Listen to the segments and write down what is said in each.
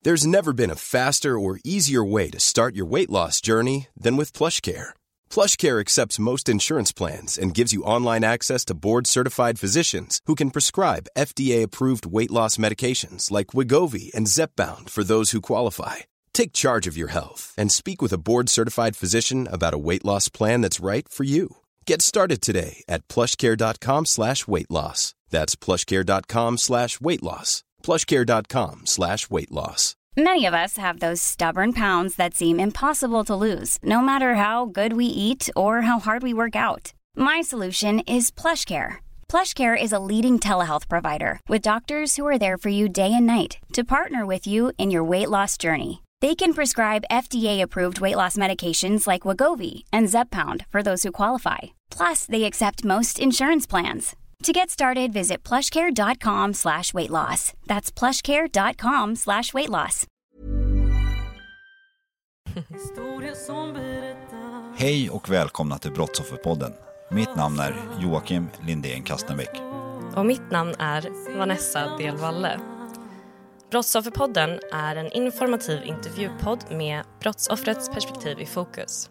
There's never been a faster or easier way to start your weight loss journey than with PlushCare. PlushCare accepts most insurance plans and gives you online access to board-certified physicians who can prescribe FDA-approved weight loss medications like Wegovy and Zepbound for those who qualify. Take charge of your health and speak with a board-certified physician about a weight loss plan that's right for you. Get started today at plushcare.com/weightloss. That's plushcare.com/weightloss. plushcare.com/weightloss. Many of us have those stubborn pounds that seem impossible to lose, no matter how good we eat or how hard we work out. My solution is PlushCare. PlushCare is a leading telehealth provider with doctors who are there for you day and night to partner with you in your weight loss journey. They can prescribe FDA-approved weight loss medications like Wegovy and Zepbound for those who qualify. Plus, they accept most insurance plans. To get started, visit plushcare.com/weightloss. That's plushcare.com/weightloss. Hej och välkomna till Brottsofferpodden. Mitt namn är Joakim Lindén Kastenbäck. Och mitt namn är Vanessa Delvalle. Brottsofferpodden är en informativ intervjupodd med brottsoffrets perspektiv i fokus.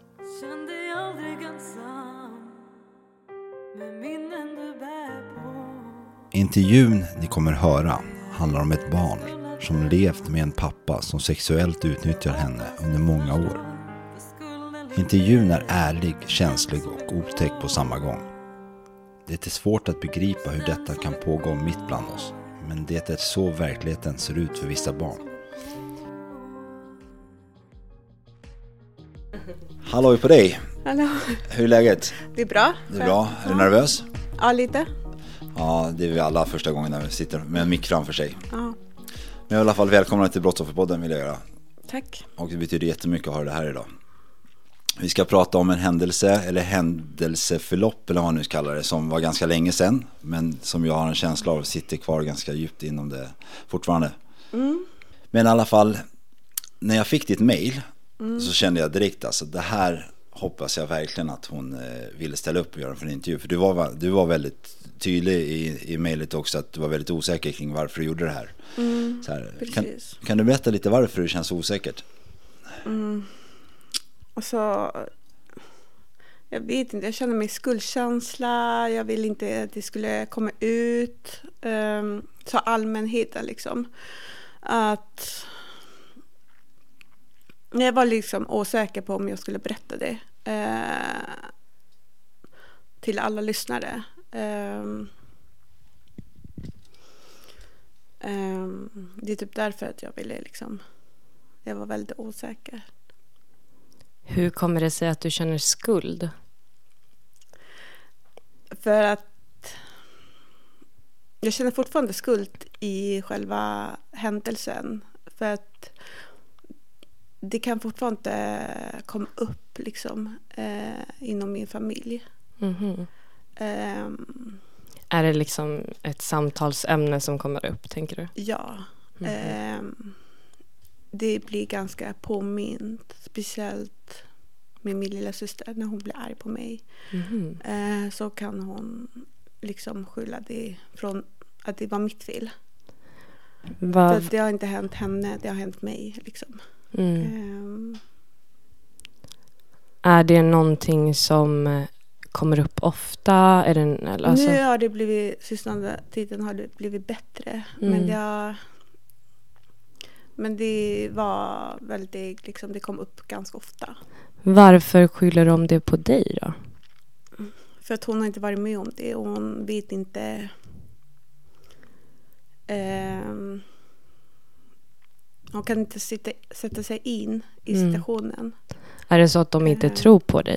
Intervjun ni kommer höra handlar om ett barn som levt med en pappa som sexuellt utnyttjar henne under många år. Intervjun är ärlig, känslig och otäck på samma gång. Det är svårt att begripa hur detta kan pågå mitt bland oss, men det är så verkligheten ser ut för vissa barn. Hallå på dig! Hallå. Hur är läget? Det är bra. Det är bra. Är du nervös? Ja, lite. Ja, det är vi alla första gången när vi sitter med en mick framför sig. Ja. Men i alla fall välkomna till Brottsofferpodden vill jag göra. Tack. Och det betyder jättemycket att ha det här idag. Vi ska prata om en händelse eller händelseförlopp eller vad man nu kallar det, som var ganska länge sedan, men som jag har en känsla av sitter kvar ganska djupt inom det fortfarande. Men i alla fall, när jag fick ditt mejl så kände jag direkt alltså, det här hoppas jag verkligen att hon ville ställa upp och göra för en intervju. För du var väldigt tydlig i mejlet också att du var väldigt osäker kring varför du gjorde det här. Så här kan du berätta lite varför det känns osäkert? Alltså, jag vet inte, jag känner mig skuldkänsla. Jag vill inte att det skulle komma ut. Så allmänheten liksom. Att jag var liksom osäker på om jag skulle berätta det till alla lyssnare. Det är typ därför att jag ville liksom, jag var väldigt osäker. Hur kommer det sig att du känner skuld? För att jag känner fortfarande skuld i själva händelsen. För att det kan fortfarande komma upp liksom, inom min familj. Är det liksom ett samtalsämne som kommer upp, tänker du? Ja. Det blir ganska påmint. Speciellt med min lilla syster. När hon blir arg på mig. Så kan hon liksom skylla det från att det var mitt fel. För att det har inte hänt henne. Det har hänt mig liksom. Är det någonting som kommer upp ofta? Är det, alltså... Nu har det blivit, sistone tiden har det blivit bättre. Men det var väldigt, liksom, det kom upp ganska ofta. Varför skyller de det på dig då? För att hon har inte varit med om det. Och hon vet inte... hon kan inte sätta sig in i situationen. Är det så att de inte tror på dig?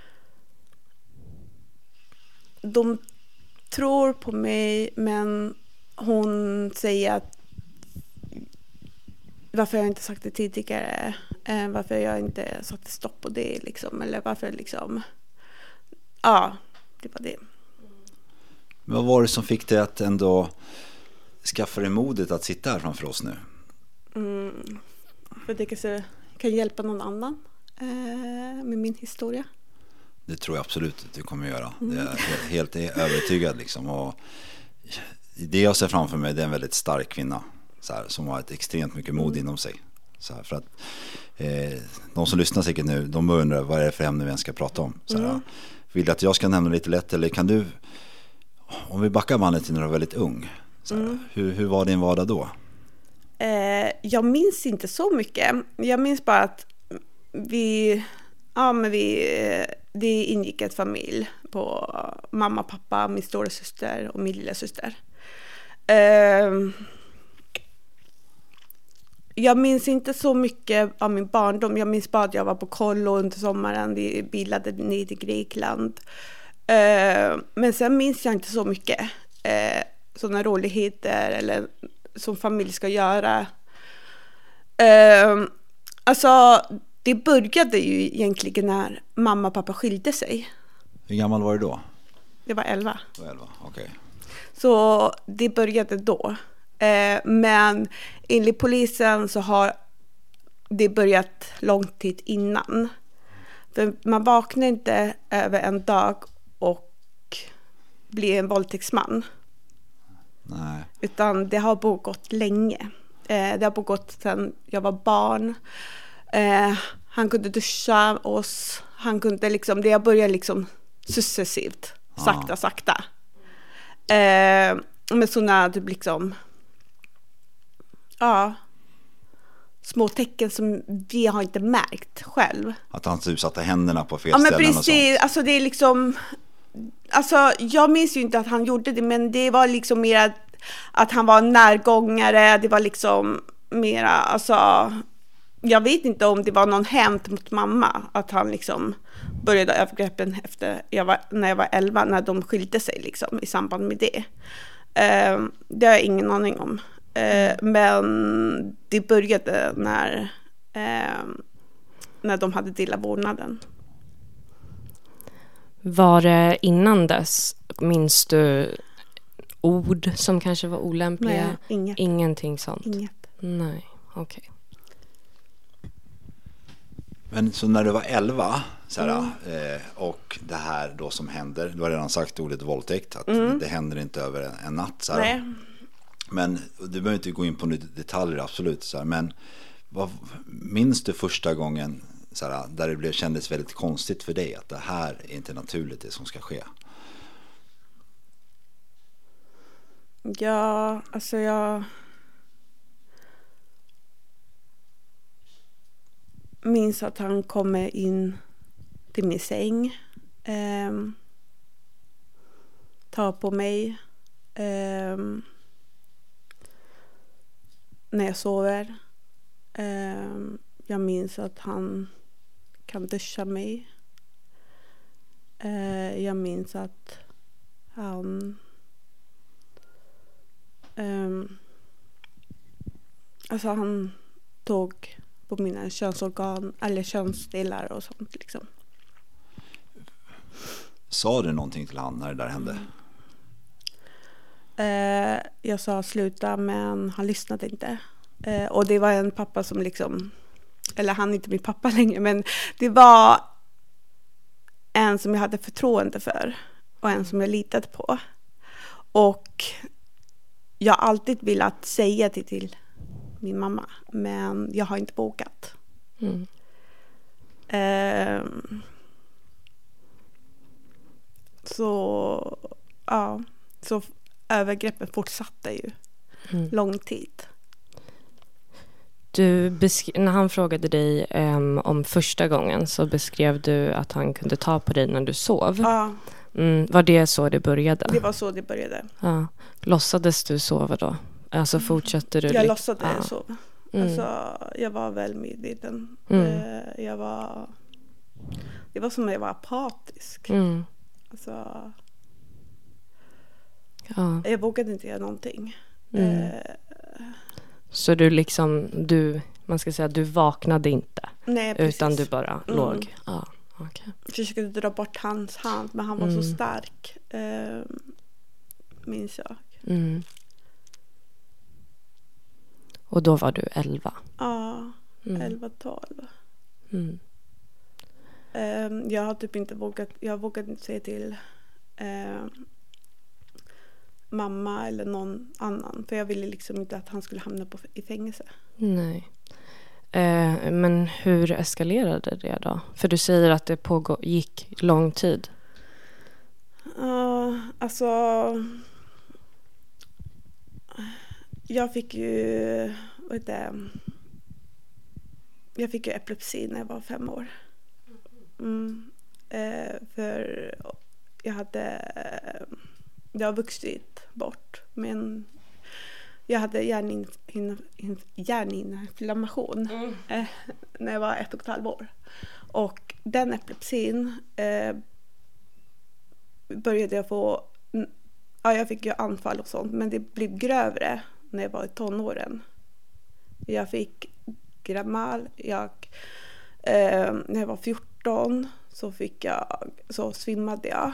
De tror på mig, men hon säger att varför jag inte sagt det tidigare, varför jag inte satte stopp på det liksom, eller varför liksom, ja, det var det. Vad var det som fick dig att ändå skaffa dig modet att sitta här framför oss nu? För att jag kanske kan hjälpa någon annan med min historia. Det tror jag absolut att du kommer att göra. Det är helt övertygad liksom. Och det jag ser framför mig, det är en väldigt stark kvinna så här, som har ett extremt mycket mod inom sig. Så här, för att de som lyssnar säkert nu, de undrar vad är det för ämne vi ska prata om. Så här, vill du att jag ska nämna lite lätt, eller kan du, om vi backar bandet till när du var väldigt ung, så här, hur var din vardag då? Jag minns inte så mycket. Jag minns bara att det ingick ett familj på mamma, pappa, min stora syster och min lilla syster. Jag minns inte så mycket av min barndom. Jag minns bara att jag var på kollo under sommaren. Vi bilade ner till Grekland. Men sen minns jag inte så mycket sådana roligheter eller som familj ska göra. Alltså, det började ju egentligen när mamma och pappa skilde sig. Hur gammal var du då? Jag var 11. Okej. Så det började då. Men enligt polisen så har det börjat lång tid innan. För man vaknar inte över en dag och blir en våldtäktsman. Nej. Utan det har pågått länge. Det har pågått sedan jag var barn. Han kunde duscha oss. Han kunde liksom, det har börjat liksom successivt. Sakta. Med sådana typ liksom små tecken som vi har inte märkt själv. Att han typ satte händerna på fel ställen och sånt. Precis, alltså det är liksom, alltså jag minns ju inte att han gjorde det, men det var liksom mer att han var närgångare. Det var liksom mera, alltså jag vet inte om det var någon hämnd mot mamma, att han liksom började övergreppen efter när jag var 11, när de skilde sig liksom i samband med det. Det har jag ingen aning om. Men det började när de hade delat vårdnaden. Var det innan dess, minns du ord som kanske var olämpliga? Nej, inget. Ingenting sånt? Inget. Nej, okej. Men så när du var 11 så här, och det här då som händer, du har redan sagt ordet våldtäkt, att det händer inte över en natt så här. Nej. Men du behöver inte gå in på detaljer absolut så här, men minns du första gången så här, där det kändes väldigt konstigt för dig att det här är inte naturligt det som ska ske? Ja, alltså jag minns att han kommer in till min säng, tar på mig när jag sover. Jag minns att han kan duscha mig. Jag minns att han alltså han tog på mina könsorgan eller könsdelar och sånt liksom. Sa du någonting till han när det där hände? Jag sa sluta, men han lyssnade inte. Och det var en pappa som liksom, eller han är inte min pappa längre, men det var en som jag hade förtroende för och en som jag litade på. Och jag har alltid velat säga det till min mamma, men jag har inte vågat. Så övergreppen fortsatte ju lång tid. När han frågade dig om första gången så beskrev du att han kunde ta på dig när du sov. Ja. Var det så det började? Det var så det började. Ja. Låtsades du sova då? Alltså fortsatte du? Jag låtsades sova. Alltså, jag var väl medveten. Det var som att jag var apatisk. Alltså, jag vågade inte göra någonting. Så du liksom, man ska säga, du vaknade inte? Nej, precis. Utan du bara låg? Ja, okej. Jag försökte dra bort hans hand, men han var så stark. Minns jag. Och då var du 11? Ja, 11-12. Jag har typ inte vågat, jag vågade inte säga till mamma eller någon annan. För jag ville liksom inte att han skulle hamna i fängelse. Nej. Men hur eskalerade det då? För du säger att det gick lång tid. Alltså... Jag fick ju... Jag fick ju epilepsi när jag var 5 år. För jag har vuxit bort. Men jag hade hjärninflammation när jag var 1,5 år. Och den epilepsin började jag få... Ja, jag fick ju anfall och sånt. Men det blev grövre när jag var i tonåren. Jag fick grammal. När jag var 14 så svimmade jag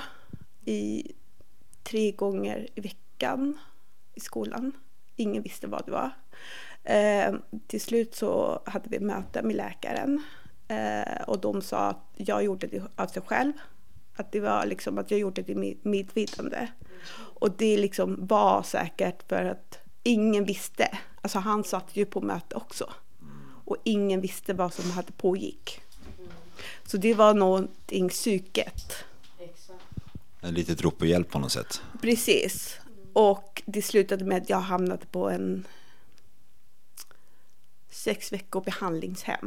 3 gånger i veckan i skolan. Ingen visste vad det var. Till slut så hade vi möte med läkaren. Och de sa att jag gjorde det av sig själv. Att det var liksom att jag gjorde det medvetande. Och det liksom var säkert för att ingen visste. Alltså han satt ju på möte också. Och ingen visste vad som hade pågick. Så det var någonting psyket. En litet rop på hjälp på något sätt. Precis. Och det slutade med att jag hamnade på en 6 veckor behandlingshem.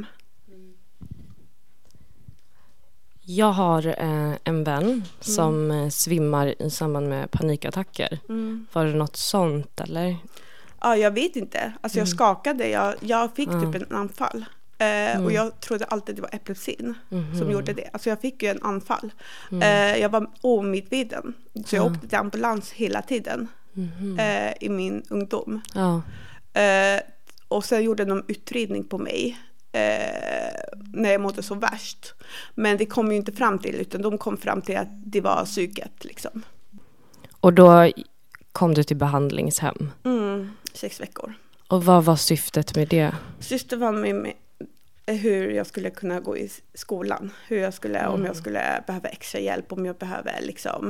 Jag har en vän som svimmar i samband med panikattacker. Var det något sånt eller? Ja, jag vet inte. Alltså jag skakade. Jag fick typ en anfall. Och jag trodde alltid det var epilepsin som gjorde det. Alltså jag fick ju en anfall. Jag var omedveten. Så jag åkte till ambulans hela tiden. I min ungdom. Och sen gjorde de utredning på mig. När jag mådde så värst. Men det kom ju inte fram till. Utan de kom fram till att det var psyket liksom. Och då kom du till behandlingshem? 6 veckor. Och vad var syftet med det? Syftet var med hur jag skulle kunna gå i skolan. Hur jag skulle, om jag skulle behöva extra hjälp. Om jag behöver liksom...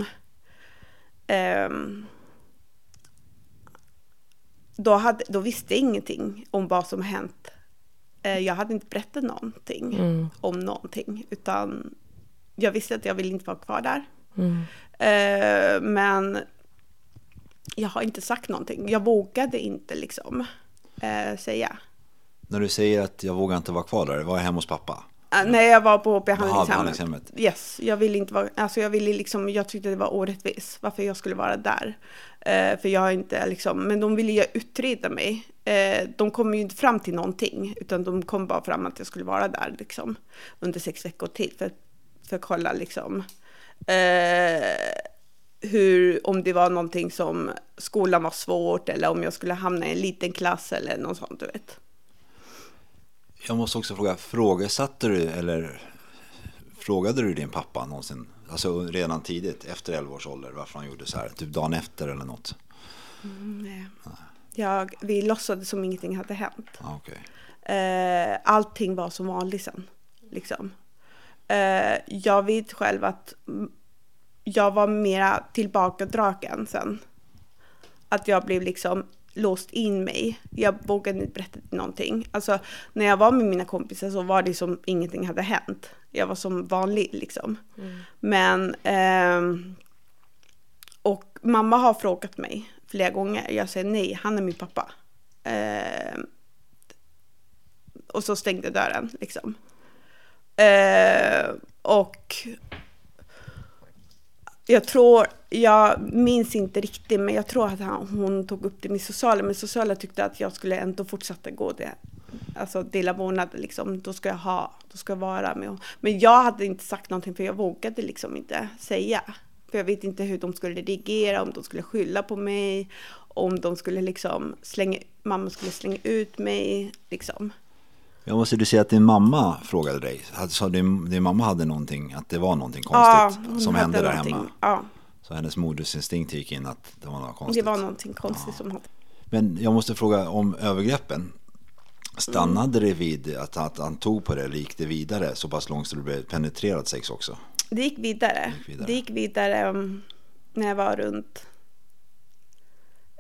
Då visste jag ingenting om vad som hänt. Jag hade inte berättat någonting om någonting. Utan jag visste att jag ville inte vara kvar där. Men jag har inte sagt någonting. Jag vågade inte liksom säga. När du säger att jag vågar inte vara kvar där, var jag hemma hos pappa? När jag var på behandlingshemmet. Yes, jag ville inte vara, alltså jag tyckte det var orättvis varför jag skulle vara där. För jag har inte liksom, men de ville ju utreda mig. De kom ju inte fram till någonting, utan de kom bara fram att jag skulle vara där liksom under 6 veckor till för att kolla liksom om det var någonting som skolan var svårt eller om jag skulle hamna i en liten klass eller något sånt, du vet. Jag måste också fråga, frågade du din pappa någonsin, alltså redan tidigt, efter 11 års ålder, varför han gjorde så här, typ dagen efter eller något? Nej. Vi låtsades som ingenting hade hänt. Okay. Allting var som vanligt sen, liksom. Jag vet själv att jag var mera tillbakadragen sen. Att jag blev liksom låst in mig. Jag vågade inte berätta någonting. Alltså, när jag var med mina kompisar så var det som ingenting hade hänt. Jag var som vanlig liksom. Men och mamma har frågat mig flera gånger. Jag säger nej, han är min pappa. Och så stängde dörren liksom. Och jag minns inte riktigt, men jag tror att hon tog upp det med sociala. Men sociala tyckte att jag skulle ändå fortsätta gå det. Alltså dela vårdnad liksom. Då ska jag vara med. Men jag hade inte sagt någonting för jag vågade liksom inte säga. För jag vet inte hur de skulle reagera, om de skulle skylla på mig. Om de skulle liksom mamma skulle slänga ut mig liksom. Jag måste säga att din mamma frågade dig. Så din mamma hade någonting, att det var någonting konstigt som hände där hemma. Ja. Så hennes modersinstinkt gick in att det var något konstigt. Det var någonting konstigt som hände. Men jag måste fråga om övergreppen. Stannade det vid att han tog på det, eller gick det vidare så pass långt så det blev penetrerat sex också? Det gick vidare. Det gick vidare när jag var runt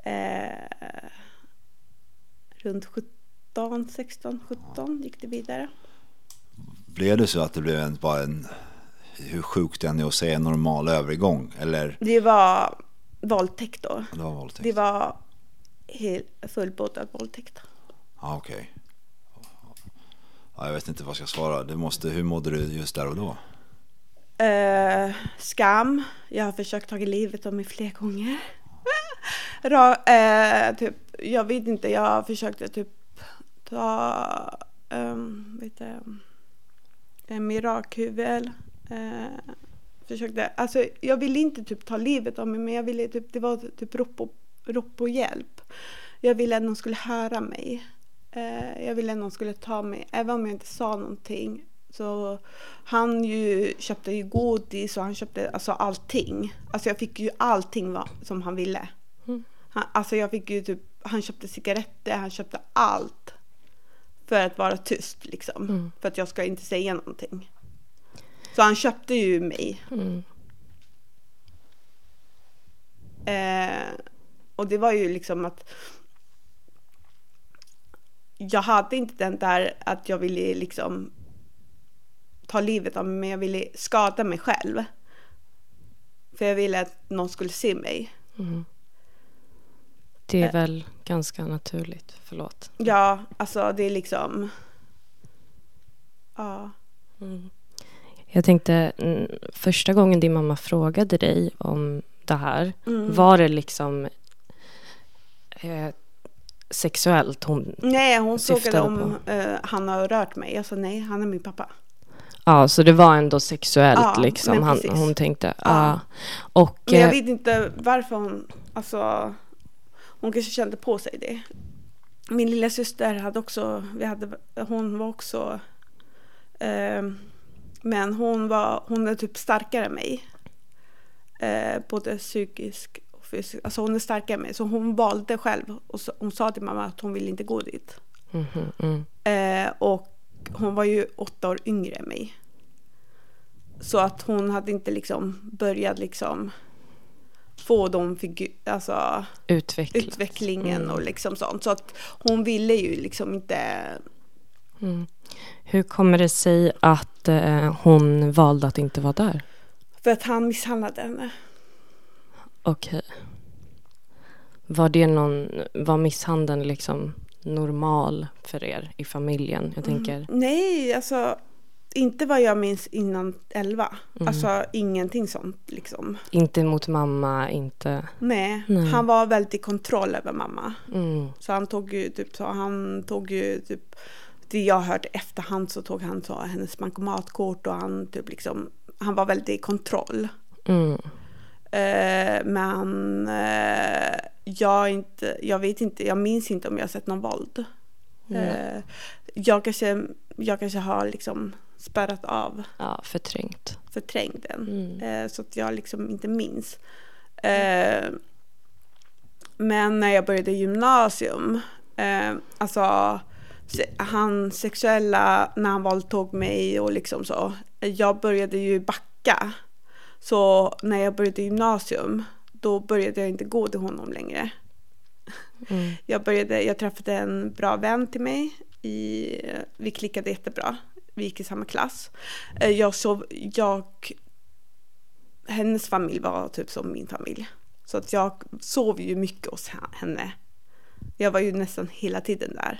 runt 16, 17 gick det vidare. Blev det så att det blev hur sjukt det än är att säga, normal övergång? Eller? Det var våldtäkt då. Det var våldtäkt. Det var fullbordad våldtäkt. Ja, okej. Ja, jag vet inte vad jag ska svara. Hur mådde du just där och då? Skam. Jag har försökt ta livet av mig fler gånger. Typ, jag vet inte, jag försökte typ ta en rakhuvud. Alltså jag ville inte typ ta livet av mig, men jag ville typ, det var typ rop på hjälp. Jag ville att någon skulle höra mig. Jag ville att någon skulle ta mig, även om jag inte sa någonting. Så han köpte ju godis och han köpte alltså allting. Alltså jag fick ju allting som han ville. Jag fick ju typ, han köpte cigaretter, han köpte allt för att vara tyst liksom. För att jag ska inte säga någonting. Så han köpte ju mig. Och det var ju liksom att jag hade inte den där att jag ville liksom ta livet av mig, men jag ville skada mig själv. För jag ville att någon skulle se mig. Det är väl ganska naturligt, förlåt. Ja, alltså det är liksom... Ja. Jag tänkte, första gången din mamma frågade dig om det här, var det liksom sexuellt Nej, hon frågade om han har rört mig. Jag sa nej, han är min pappa. Ja, så det var ändå sexuellt liksom. Hon tänkte, Och, men jag vet inte varför hon kanske kände på sig det. Min lilla syster hade också, hon var också, men hon är typ starkare än mig. Både psykisk och fysisk. Alltså hon är starkare än mig. Så hon valde själv. Och hon sa till mamma att hon ville inte gå dit. Och hon var ju 8 år yngre än mig. Så att hon hade inte liksom börjat liksom få de utvecklingen och liksom sånt. Så att hon ville ju liksom inte... Hur kommer det sig att hon valde att inte vara där? För att han misshandlade henne. Okej. Var misshandeln liksom normal för er i familjen? Jag tänker... Nej, alltså inte vad jag minns innan 11. Alltså ingenting sånt liksom. Inte mot mamma, inte... Nej. Han var väldigt i kontroll över mamma. Så han tog ju typ det jag hörde efterhand, så tog han hennes bankomatkort och han typ liksom, han var väldigt i kontroll. Men jag vet inte, jag minns inte om jag har sett någon våld. Jag kanske har liksom spärrat av. Ja, förträngt den. Så att jag liksom inte minns. Men när jag började gymnasium, alltså han sexuella, när han våldtog mig och liksom så, jag började ju backa. Så när jag började gymnasium, då började jag inte gå till honom längre. Jag träffade en bra vän till mig. Vi klickade jättebra. Vi gick i samma klass. Hennes familj var typ som min familj. Så att jag sov ju mycket hos henne. Jag var ju nästan hela tiden där.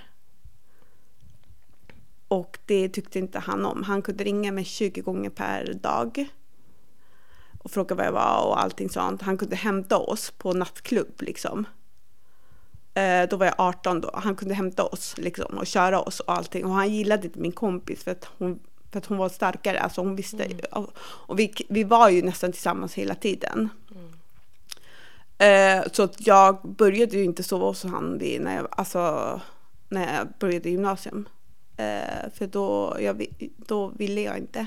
Och det tyckte inte han om. Han kunde ringa mig 20 gånger per dag och fråga vad jag var och allting sånt. Han kunde hämta oss på nattklubb liksom. Då var jag 18 då. Han kunde hämta oss liksom och köra oss och allting. Och han gillade inte min kompis för att hon var starkare. Alltså hon visste. Och vi var ju nästan tillsammans hela tiden. Så att jag började ju inte sova hos han när jag började gymnasium. För då ville jag inte.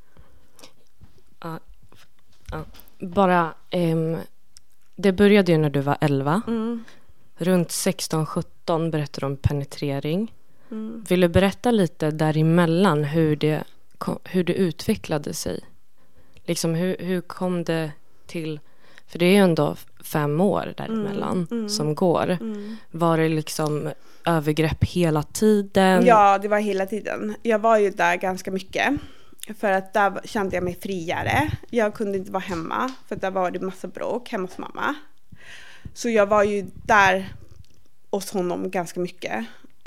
Bara det började ju när du var 11. Runt 16-17 berättade du om penetrering. Vill du berätta lite däremellan hur det utvecklade sig? Liksom hur kom det till? För det är ju ändå 5 år däremellan som går. Var det liksom övergrepp hela tiden? Ja, det var hela tiden. Jag var ju där ganska mycket. För att där kände jag mig friare. Jag kunde inte vara hemma. För där var det massa bråk hemma hos mamma. Så jag var ju där hos honom ganska mycket.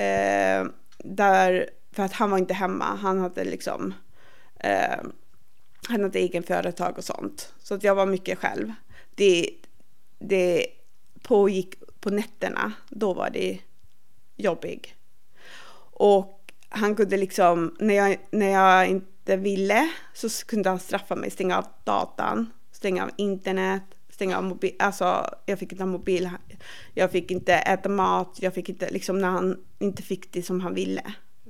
Där, för att han var inte hemma. Han hade liksom... han hade egen företag och sånt. Så att jag var mycket själv. Det pågick på nätterna. Då var det jobbig. Och han kunde liksom... När jag inte ville så kunde han straffa mig. Stänga av datan. Stänga av internet. Stänga av mobil. Alltså jag fick inte ha mobil. Jag fick inte äta mat. Jag fick inte... Liksom när han inte fick det som han ville.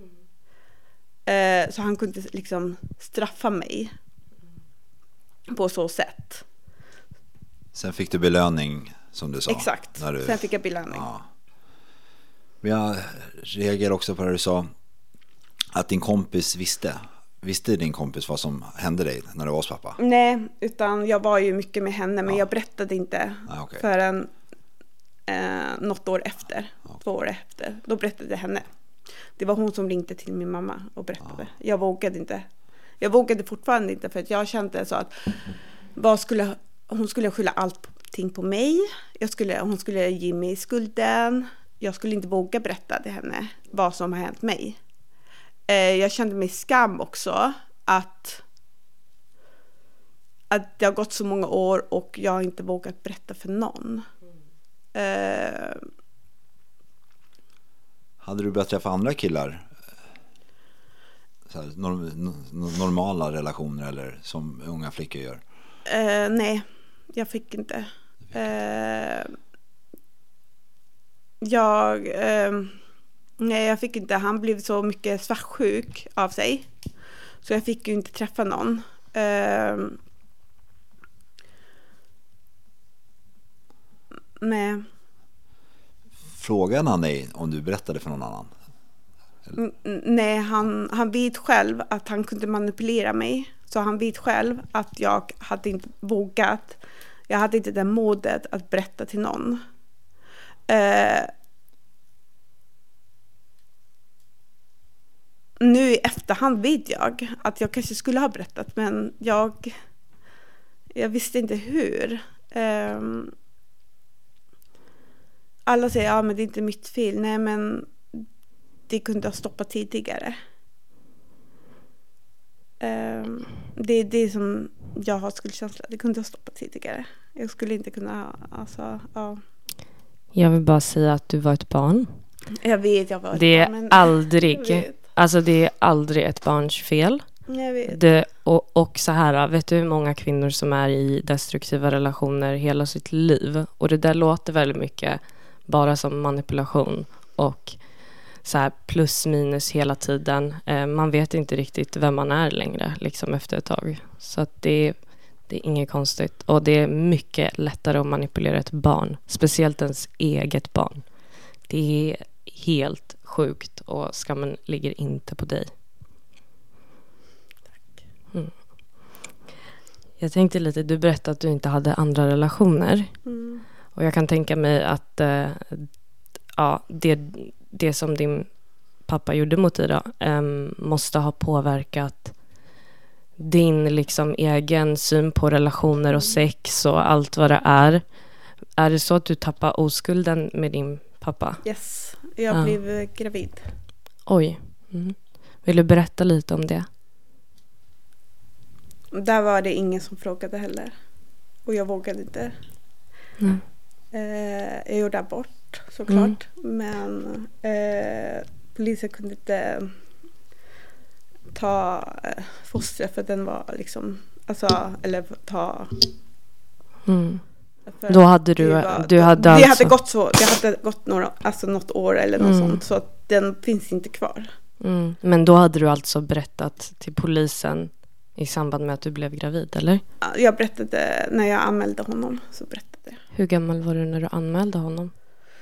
Så han kunde liksom straffa mig. På så sätt. Sen fick du belöning, som du sa. Exakt, sen fick jag belöning. Ja. Men jag reagerar också på det du sa, att din kompis visste din kompis vad som hände dig när du var hos pappa? Nej, utan jag var ju mycket med henne, men jag berättade inte förrän något år efter, 2 år efter. Då berättade jag henne. Det var hon som ringde till min mamma och berättade. Jag vågade inte. Jag vågade fortfarande inte, för att jag kände så att hon skulle skylla allting på mig. Hon skulle ge mig skulden. Jag skulle inte våga berätta till henne vad som har hänt mig. Jag kände mig skam också att det har gått så många år och jag har inte vågat berätta för någon. Hade du börjat träffa andra killar? Så här, normala relationer eller som unga flickor gör? Nej, jag fick inte. Nej, jag fick inte. Han blev så mycket svartsjuk av sig. Så jag fick ju inte träffa någon. Nej. Frågade han dig om du berättade för någon annan? Nej, han vet själv att han kunde manipulera mig. Så han vet själv att jag hade inte vågat. Jag hade inte det modet att berätta till någon. Nu i efterhand vet jag att jag kanske skulle ha berättat, men jag visste inte hur. Alla säger men det är inte mitt fel. Nej, men det kunde ha stoppat tidigare. Det är det som jag har skuldkänsla. Det kunde ha stoppat tidigare. Jag skulle inte kunna Jag vill bara säga att du var ett barn. Jag vet, jag var ett det barn. Är aldrig, alltså det är aldrig ett barns fel. Jag vet. Och så här, vet du hur många kvinnor som är i destruktiva relationer hela sitt liv? Och det där låter väldigt mycket bara som manipulation och så här plus minus hela tiden. Man vet inte riktigt vem man är längre liksom efter ett tag. Så att det är inget konstigt. Och det är mycket lättare att manipulera ett barn. Speciellt ens eget barn. Det är helt sjukt och skammen ligger inte på dig. Tack. Jag tänkte lite, du berättade att du inte hade andra relationer. Och jag kan tänka mig att det som din pappa gjorde mot dig då, måste ha påverkat din liksom egen syn på relationer och sex och allt vad det är. Är det så att du tappar oskulden med din pappa? Yes, jag blev gravid. Oj. Vill du berätta lite om det? Där var det ingen som frågade heller. Och jag vågade inte. Jag gjorde abort såklart. Men polisen kunde inte ta foster för den var liksom eller ta då hade det hade gått så, det hade gått något år eller något sånt, så att den finns inte kvar. Men då hade du alltså berättat till polisen i samband med att du blev gravid, eller? Jag berättade när jag anmälde honom, så berättade jag. Hur gammal var du när du anmälde honom?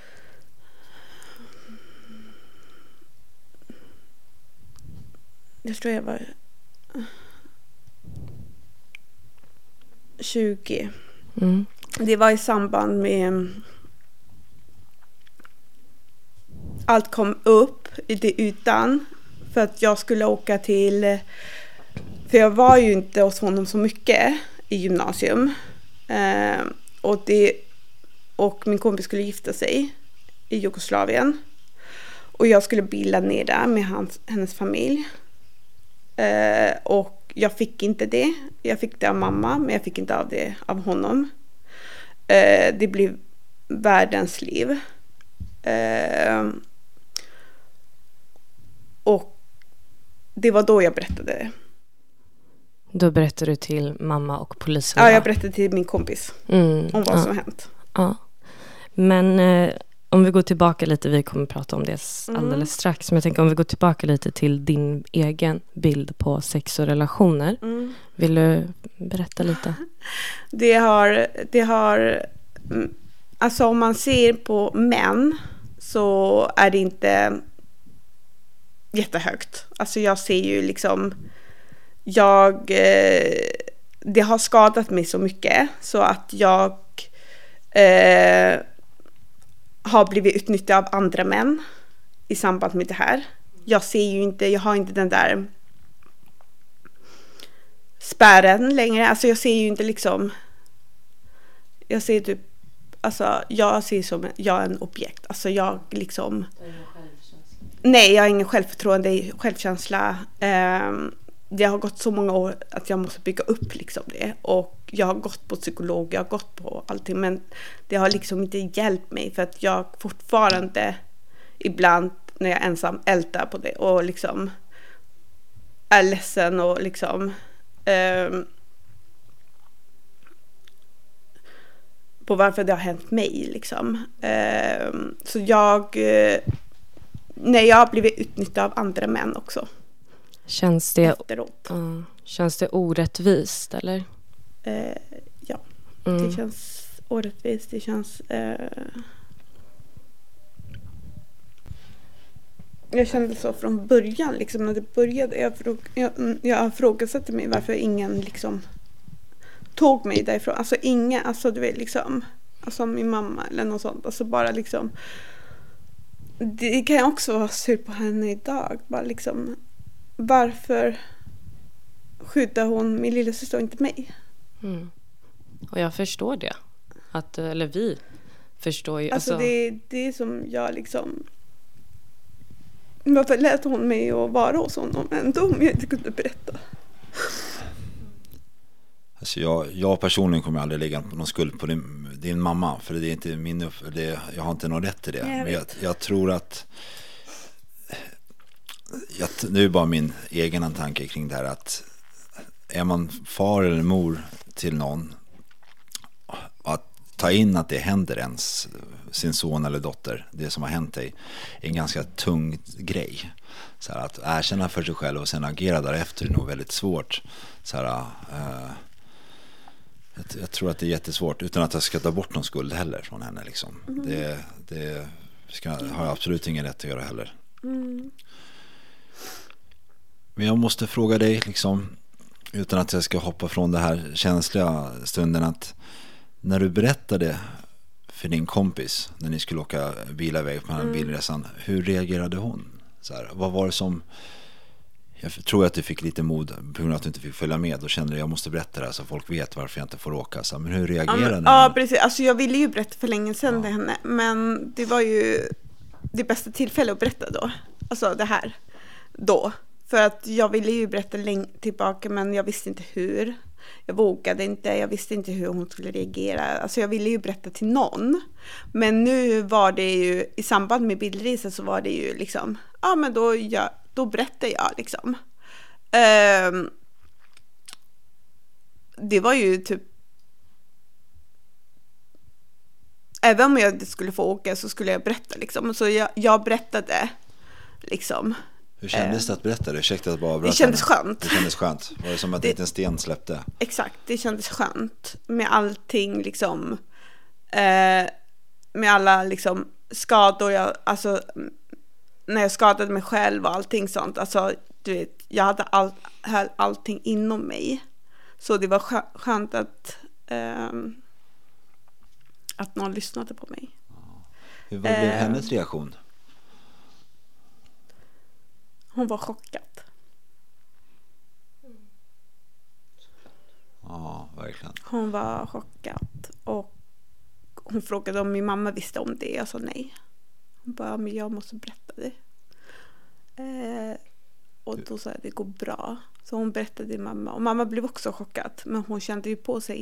Jag tror jag var 20. det var i samband med allt kom upp i det ytan för att jag skulle åka till, för jag var ju inte hos honom så mycket i gymnasium, och min kompis skulle gifta sig i Jugoslavien och jag skulle bilda ner där med hennes familj, och jag fick inte det. Jag fick det av mamma, men jag fick inte av det av honom. Det blev världens liv. Och det var då jag berättade. Då berättade du till mamma och polisen? Ja, jag berättade till min kompis om vad som hänt. Ja. Men om vi går tillbaka lite, vi kommer prata om det alldeles strax, men jag tänker om vi går tillbaka lite till din egen bild på sex och relationer. Vill du berätta lite? Det har alltså om man ser på män så är det inte jättehögt. Alltså jag ser ju liksom det har skadat mig så mycket så att jag har blivit utnyttjad av andra män i samband med det här. Jag har inte den där spärren längre. Alltså jag ser ju inte liksom, jag ser typ, alltså jag ser som jag är en objekt. Alltså jag liksom, nej, jag har ingen självförtroende, självkänsla. Det har gått så många år att jag måste bygga upp liksom det. Och jag har gått på psykolog, jag har gått på allting. Men det har liksom inte hjälpt mig. För att jag fortfarande ibland när jag ensam ältar på det. Och liksom är ledsen och liksom på varför det har hänt mig liksom. Så jag har blivit utnyttjad av andra män också. Känns det orättvist eller? Ja, det känns orättvist. Det känns jag kände så från början liksom, när det började. Jag frågasatte mig varför ingen liksom tog mig därifrån. Alltså ingen, alltså du vet liksom, alltså min mamma eller något sånt. Alltså bara liksom, det kan jag också vara sur på henne idag. Bara liksom, varför skyddar hon min lilla syster och inte mig? Och jag förstår det. Eller vi förstår ju. Alltså det är som jag liksom, varför lät hon mig att vara hos honom ändå om jag inte kunde berätta? Alltså jag personligen kommer aldrig lägga någon skuld på din mamma, för det är inte jag har inte någon rätt till det. Men jag tror att nu är bara min egen tanke kring det här, att är man far eller mor till någon, att ta in att det händer ens sin son eller dotter, det som har hänt dig, är en ganska tung grej. Så här, att erkänna för sig själv och sen agera därefter är nog väldigt svårt. Så här, jag tror att det är jättesvårt, utan att jag ska ta bort någon skuld heller från henne liksom. Det har jag absolut ingen rätt att göra heller. Men jag måste fråga dig liksom, utan att jag ska hoppa från det här känsliga stunden, att när du berättade för din kompis när ni skulle åka bilaväg på den här bilresan, hur reagerade hon? Så här, vad var det som, jag tror att du fick lite mod på grund av att du inte fick följa med och kände att jag måste berätta det här så folk vet varför jag inte får åka. Så, men hur reagerade hon? Ja, precis. Alltså jag ville ju berätta för länge sedan till henne, men det var ju det bästa tillfället att berätta då. Alltså det här då. För att jag ville ju berätta länge tillbaka, men jag visste inte hur. Jag vågade inte, jag visste inte hur hon skulle reagera. Alltså jag ville ju berätta till någon. Men nu var det ju, i samband med bildresan så var det ju liksom, ja men då berättar jag liksom. Det var ju typ, även om jag skulle få åka så skulle jag berätta liksom. Så jag berättade liksom. Hur kändes det att berätta det? Ursäkta att bara berätta. Det kändes skönt. Det kändes skönt. Var det som att inte en sten släppte? Exakt, det kändes skönt. Med allting liksom. Med alla liksom skador. Alltså när jag skadade mig själv och allting sånt. Alltså du vet, jag hade allting inom mig. Så det var skönt att att någon lyssnade på mig. Vad blev hennes reaktion? Hon var chockad. Ja, verkligen. Hon var chockad. Och hon frågade om min mamma visste om det. Jag sa nej. Hon bara, men jag måste berätta det. Och då sa jag, det går bra. Så hon berättade till mamma. Och mamma blev också chockad. Men hon kände ju på sig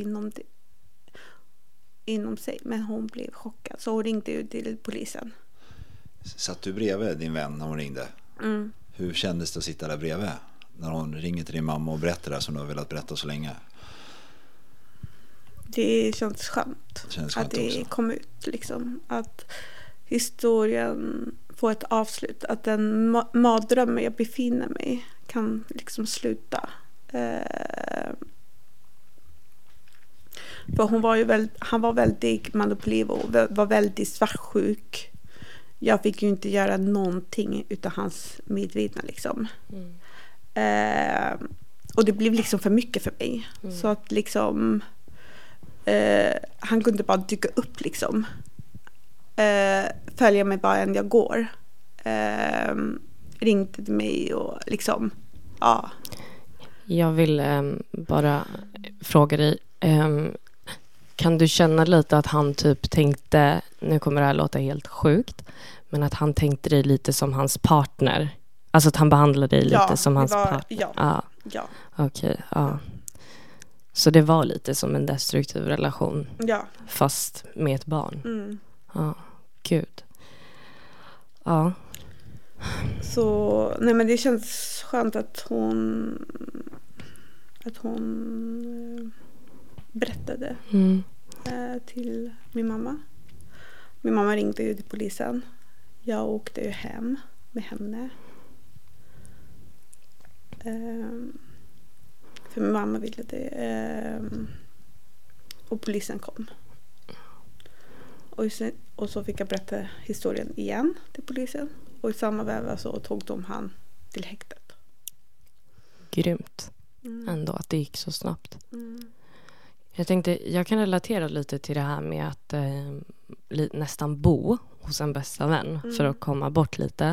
inom sig. Men hon blev chockad. Så hon ringde ju till polisen. Satt du bredvid din vän när hon ringde? Mm. Hur kändes det att sitta där bredvid? När hon ringer till din mamma och berättar det som du har velat berätta så länge. Det känns skönt. Att det också kom ut. Liksom. Att historien får ett avslut. Att den mardrömmen jag befinner mig kan liksom sluta. För han var väldigt manipulativ och var väldigt svartsjuk. Jag fick ju inte göra någonting utan hans medvetna liksom. Och det blev liksom för mycket för mig. Så att liksom han kunde bara dyka upp liksom. Följa mig bara än jag går. Ringde till mig och liksom ja. Jag vill bara fråga dig, kan du känna lite att han typ tänkte, nu kommer det här låta helt sjukt, men att han tänkte dig lite som hans partner? Alltså att han behandlade dig lite som hans partner? Ja. Okej, ja. Så det var lite som en destruktiv relation. Ja. Fast med ett barn. Ja, gud. Ja. Så, nej men det känns skönt att hon berättade till min mamma. Min mamma ringde ju till polisen. Jag åkte ju hem med henne. För min mamma ville det. Och polisen kom. Och så fick jag berätta historien igen till polisen. Och i samma väva så tog de han till häktet. Grymt. Ändå att det gick så snabbt. Jag tänkte, jag kan relatera lite till det här med att nästan bo hos en bästa vän för att komma bort lite.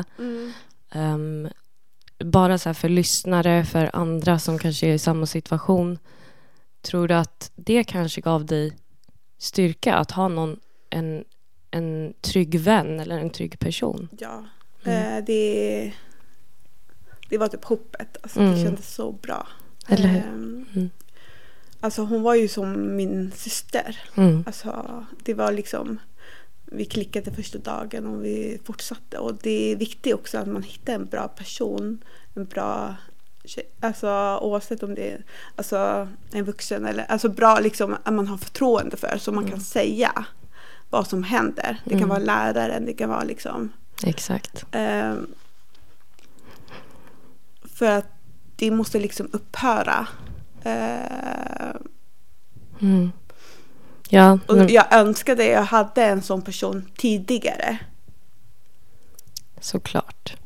Bara så här för lyssnare, för andra som kanske är i samma situation. Tror du att det kanske gav dig styrka att ha en trygg vän eller en trygg person? Ja, det var typ hoppet. Alltså, det kändes så bra. Eller hur? Alltså hon var ju som min syster. Alltså det var liksom, vi klickade första dagen och vi fortsatte. Och det är viktigt också att man hittar en bra person, en bra tjej, alltså oavsett om det är alltså en vuxen eller alltså bra liksom att man har förtroende för så man kan säga vad som händer. Det kan vara läraren, det kan vara liksom exakt. För att det måste liksom upphöra. Ja, och jag önskade jag hade en sån person tidigare. Såklart.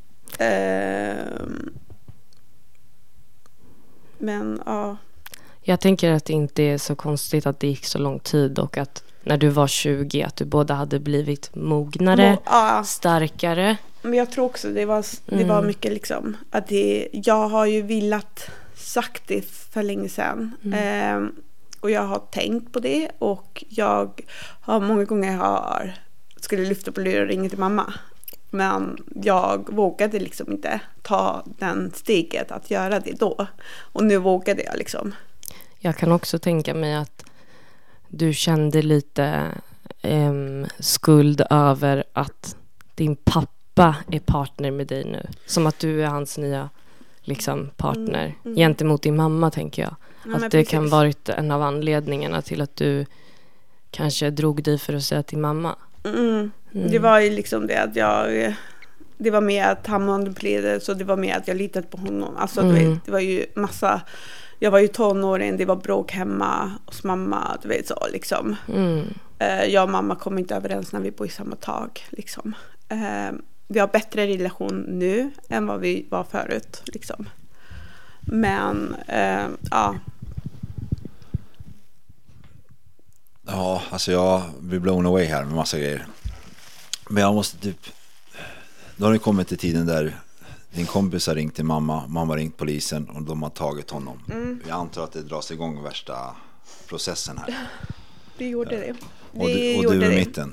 Men ja. Jag tänker att det inte är så konstigt att det gick så lång tid och att när du var 20 att du båda hade blivit mognare, starkare. Men jag tror också det var mycket liksom att jag har ju velat sagt det för länge sedan. Och jag har tänkt på det och jag har många gånger skulle lyfta på luren och ringa till mamma. Men jag vågade liksom inte ta den steget att göra det då. Och nu vågade jag liksom. Jag kan också tänka mig att du kände lite skuld över att din pappa är partner med dig nu. Som att du är hans nya liksom, partner. Gentemot din mamma tänker jag. Ja, att det kan varit en av anledningarna till att du kanske drog dig för att säga till mamma. Det var ju liksom det att det var mer att han manipulerade så det var mer att jag litade på honom. Alltså det var ju massa, jag var ju tonåring, det var bråk hemma hos mamma, du vet så liksom. Jag och mamma kom inte överens när vi bor i samma tag liksom. Vi har bättre relation nu än vad vi var förut liksom. Men ja. Ja, alltså jag blir blown away här med massa grejer. Men jag måste typ... Då har det kommit till tiden där din kompis har ringt till mamma har ringt polisen och de har tagit honom. Jag antar att det dras igång värsta processen här. Det gjorde det. Och du är i mitten.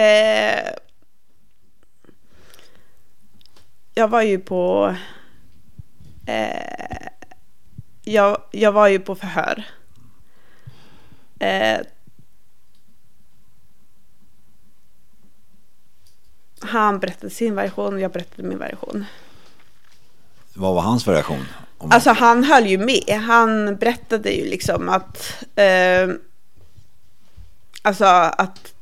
Jag var ju på... Jag var ju på förhör. Han berättade sin version och jag berättade min version. Vad var hans version? Alltså han höll ju med. Han berättade ju liksom att alltså att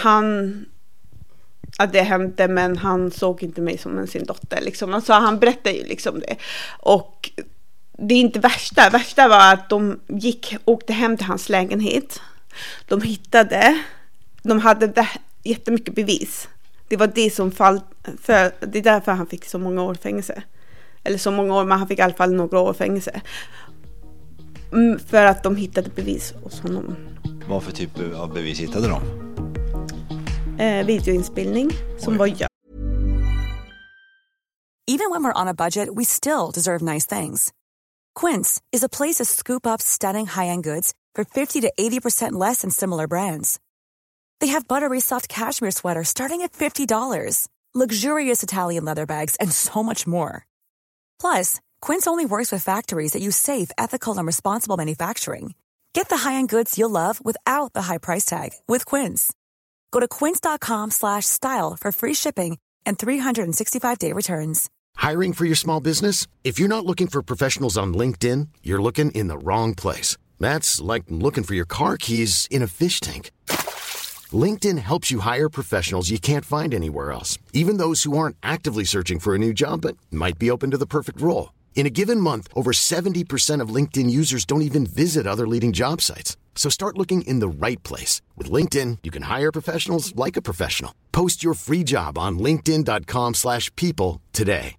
det hände, men han såg inte mig som sin dotter liksom. Alltså han berättade ju liksom det. Och det är inte värsta. Värsta var att de åkte hem till hans lägenhet. De hade jättemycket bevis. Det var det som det är därför han fick så många år fängelse. Eller så många år, men han fick i alla fall några år fängelse. För att de hittade bevis hos honom. Vad för typ av bevis hittade de? Videoinspelning som var jag. Even when we're on a budget, we still deserve nice things. Quince is a place to scoop up stunning high-end goods for 50 to 80% less than similar brands. They have buttery soft cashmere sweaters starting at $50, luxurious Italian leather bags, and so much more. Plus, Quince only works with factories that use safe, ethical, and responsible manufacturing. Get the high-end goods you'll love without the high price tag with Quince. Go to quince.com/style for free shipping and 365-day returns. Hiring for your small business? If you're not looking for professionals on LinkedIn, you're looking in the wrong place. That's like looking for your car keys in a fish tank. LinkedIn helps you hire professionals you can't find anywhere else, even those who aren't actively searching for a new job but might be open to the perfect role. In a given month, over 70% of LinkedIn users don't even visit other leading job sites. So start looking in the right place. With LinkedIn, you can hire professionals like a professional. Post your free job on linkedin.com/people today.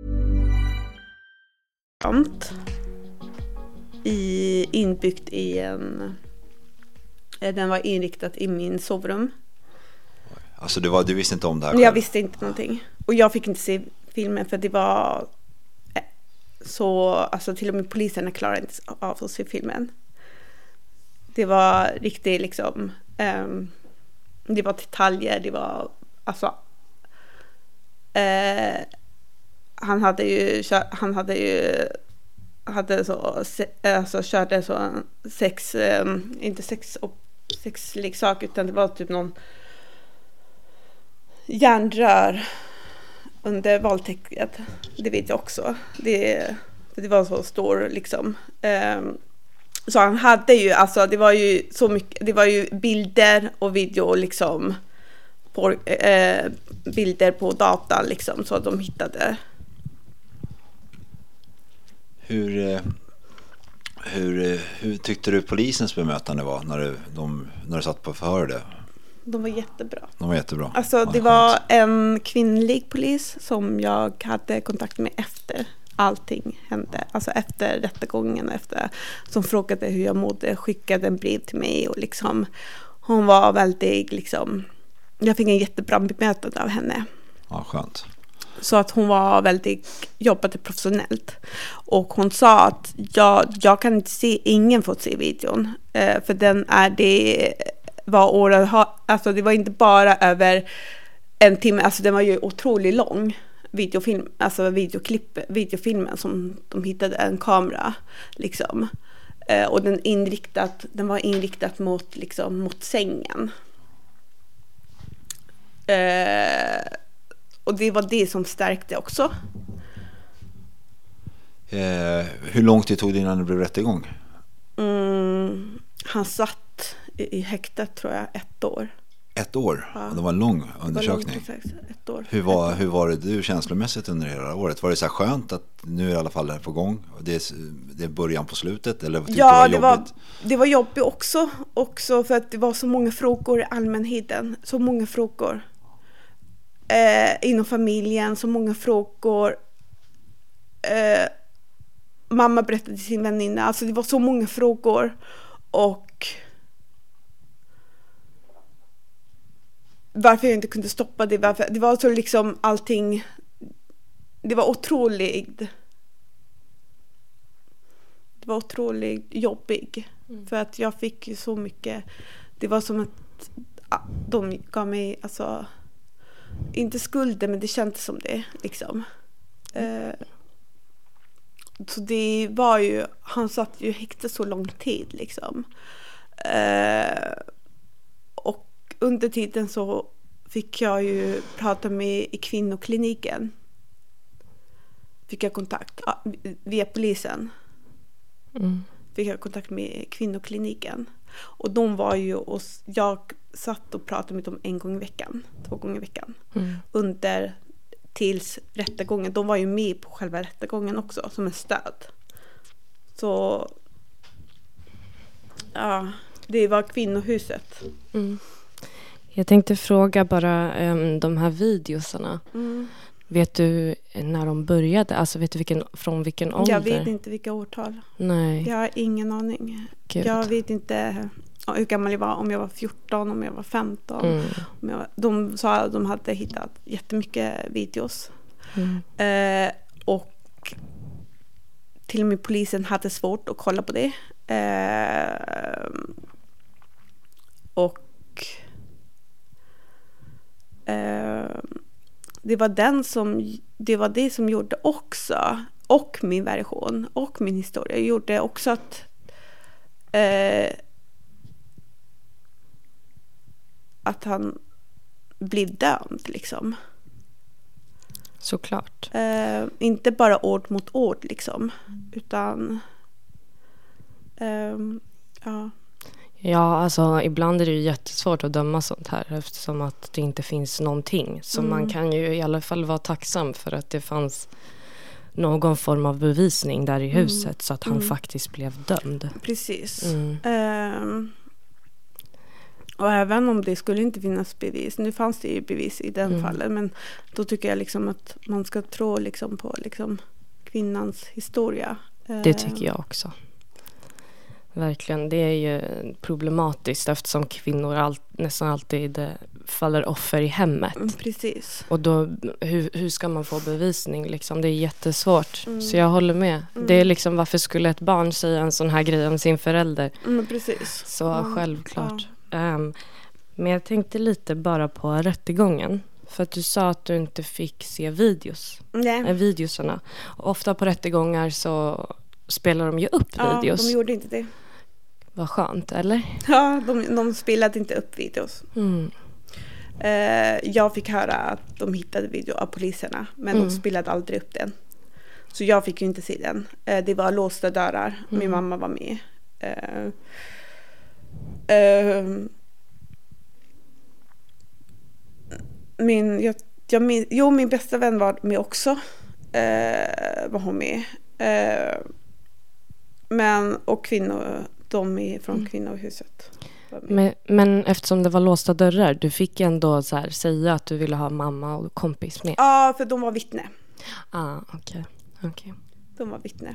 Inbyggt i den var inriktad i min sovrum. Alltså du visste inte om det här? Jag visste inte någonting. Och jag fick inte se filmen för det var så, alltså till och med poliserna klarade inte av att se filmen. Det var riktigt liksom det var detaljer, det var alltså han hade körde så inte sexleksak, utan det var typ någon järnrör under våldtäktet. Det vet jag också. Det var så stor liksom. Så han hade ju, alltså det var ju så mycket, det var ju bilder och video liksom på bilder på datan liksom, så de hittade. Hur tyckte du polisens bemötande var när du satt på förhör det? De var jättebra. Alltså det var en kvinnlig polis som jag hade kontakt med efter allting hände. Alltså efter rättegången, som frågade hur jag mådde, skickade en brev till mig och liksom hon var väldigt liksom, jag fick en jättebra bemötande av henne. Ja, skönt. Så att hon var jobbade professionellt. Och hon sa att jag kan inte ingen får se videon. För det var inte bara över en timme. Alltså den var ju otroligt lång videofilm. Alltså videofilmen som de hittade en kamera. Liksom. Och den var inriktad mot sängen. Och det var det som stärkte också. Hur lång tid tog det innan det blev rättegång? Han satt i häktet tror jag 1 år. 1 år? Ja. Det var en lång undersökning. Det var långt, 1 år. Hur var det du känslomässigt under hela året? Var det så här skönt att nu är i alla fall det här på gång? Det är början på slutet? Eller det var jobbigt också för att det var så många frågor i allmänheten. Så många frågor. Inom familjen, så många frågor. Mamma berättade till sin väninna. Alltså det var så många frågor. Och varför jag inte kunde stoppa det. Det var så liksom allting. Det var otroligt jobbig. För att jag fick ju så mycket. Det var som att de gav mig, alltså, inte skulden, men det kändes som det liksom. Så det var ju, han satt ju häktad så lång tid liksom. Och under tiden så fick jag ju prata med i kvinnokliniken. Fick jag kontakt via polisen. Fick jag kontakt med kvinnokliniken. Och de var ju, och jag satt och pratade med dem 1 gång i veckan, 2 gånger i veckan. Under tills rättegången. De var ju med på själva rättegången också som en stöd. Så ja, det var kvinnohuset. Jag tänkte fråga bara de här videosarna. Vet du när de började? Alltså vet du från vilken ålder? Jag vet inte vilka årtal. Nej. Jag har ingen aning. Gud. Jag vet inte hur gammal jag var. Om jag var 14, om jag var 15. De sa att de hade hittat jättemycket videos. Och till och med polisen hade svårt att kolla på det. Och det var det som gjorde också, och min version och min historia gjorde också att han blev dömd liksom. Såklart. Inte bara ord mot ord liksom, utan ja. Ja, alltså ibland är det ju jättesvårt att döma sånt här eftersom att det inte finns någonting. Så man kan ju i alla fall vara tacksam för att det fanns någon form av bevisning där i huset så att han faktiskt blev dömd. Precis. Och även om det skulle inte finnas bevis, nu fanns det ju bevis i den fallen, men då tycker jag liksom att man ska tro liksom på liksom kvinnans historia. Det tycker jag också. Verkligen, det är ju problematiskt eftersom kvinnor nästan alltid faller offer i hemmet. Precis. Och då, hur ska man få bevisning liksom? Det är jättesvårt. Så jag håller med. Det är liksom, varför skulle ett barn säga en sån här grej om sin förälder? Precis. Så självklart. Men jag tänkte lite bara på rättegången. För att du sa att du inte fick se videosarna. Och ofta på rättegångar så spelar de ju upp videos. Ja, de gjorde inte det. Vad skönt, eller? Ja, de spelade inte upp videos. Jag fick höra att de hittade video av poliserna, men de spelade aldrig upp den. Så jag fick ju inte se den. Det var låsta dörrar. Min mamma var med. Min bästa vän var med också. Var hon med. Och kvinnor, de är från kvinnohuset. Men eftersom det var låsta dörrar, du fick ändå så här säga att du ville ha mamma och kompis med. Ja, för de var vittne. Okej. De var vittne.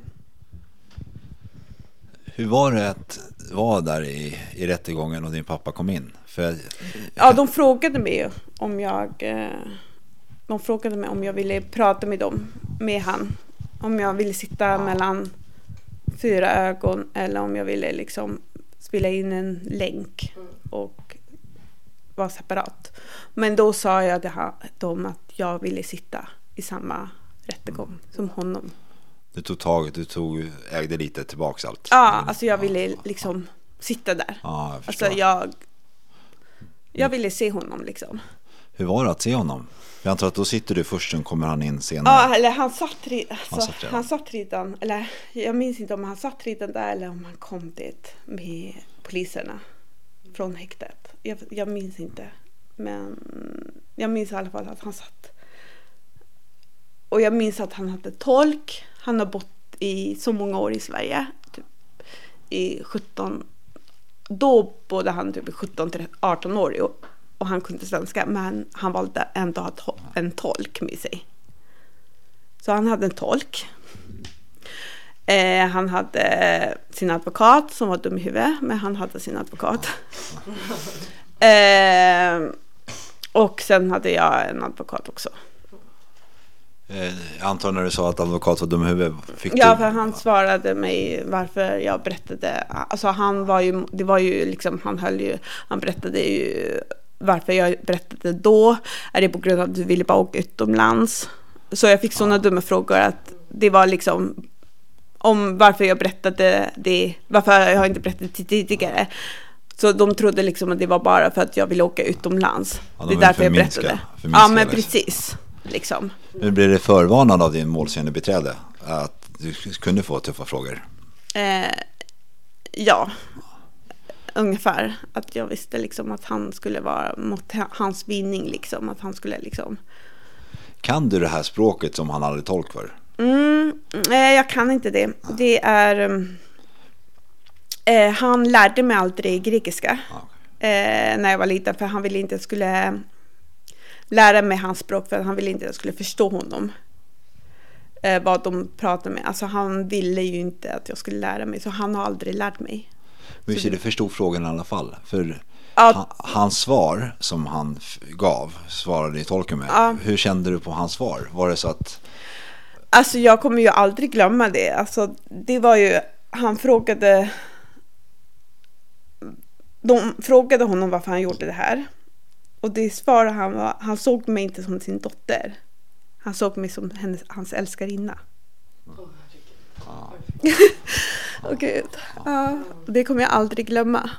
Hur var det att vara där i rättegången och din pappa kom in? De frågade mig om jag ville prata med han. Om jag ville sitta mellan 4 ögon eller om jag ville liksom spela in en länk och vara separat. Men då sa jag till dem att jag ville sitta i samma rättegång som honom. Du ägde lite tillbaks allt. Ja, alltså jag ville liksom sitta där. Ja, jag förstår. Alltså jag ville se honom liksom. Hur var det att se honom? Jag antar att då sitter du först, sen kommer han in senare. Ja, eller han satt redan. Eller jag minns inte om han satt redan där eller om han kom dit med poliserna från häktet. Jag minns inte. Men jag minns i alla fall att han satt. Och jag minns att han hade tolk. Han har bott i så många år i Sverige. Typ i 17. Då bodde han typ i 17-18 år och han kunde svenska, men han valde ändå att ha en tolk med sig. Så han hade en tolk. Han hade sin advokat som var dum i huvudet, men han hade sin advokat. Och sen hade jag en advokat också. Jag antar när du sa att advokat var dum i huvudet. Ja, för han svarade mig varför jag berättade. Alltså han berättade ju varför jag berättade då. Är det på grund av att du ville bara åka utomlands? Så jag fick sådana dumma frågor att det var liksom om varför jag berättade det, varför jag inte berättat det tidigare. Så de trodde liksom att det var bara för att jag ville åka utomlands. Ja, det är därför jag berättade. Ja, men precis. Liksom. Men blev det förvarnad av din målsägandebiträde att du kunde få tuffa frågor? Ja, ungefär. Att jag visste liksom att han skulle vara mot hans vinning. Liksom, att han skulle liksom... Kan du det här språket som han hade tolk för? Jag kan inte det. Det är... han lärde mig aldrig grekiska när jag var liten. För han ville inte att jag skulle lära mig hans språk. För han ville inte att jag skulle förstå honom. Vad de pratade med. Alltså han ville ju inte att jag skulle lära mig. Så han har aldrig lärt mig. Men hur du förstod frågan i alla fall? För ja, hans svar som han svarade i tolken med. Ja. Hur kände du på hans svar? Var det så att... Alltså jag kommer ju aldrig glömma det. Alltså det var ju... Han frågade... De frågade honom varför han gjorde det här. Och det svarade han var... Han såg mig inte som sin dotter. Han såg mig som hans älskarinna. Åh gud. Ja, det kommer jag aldrig glömma.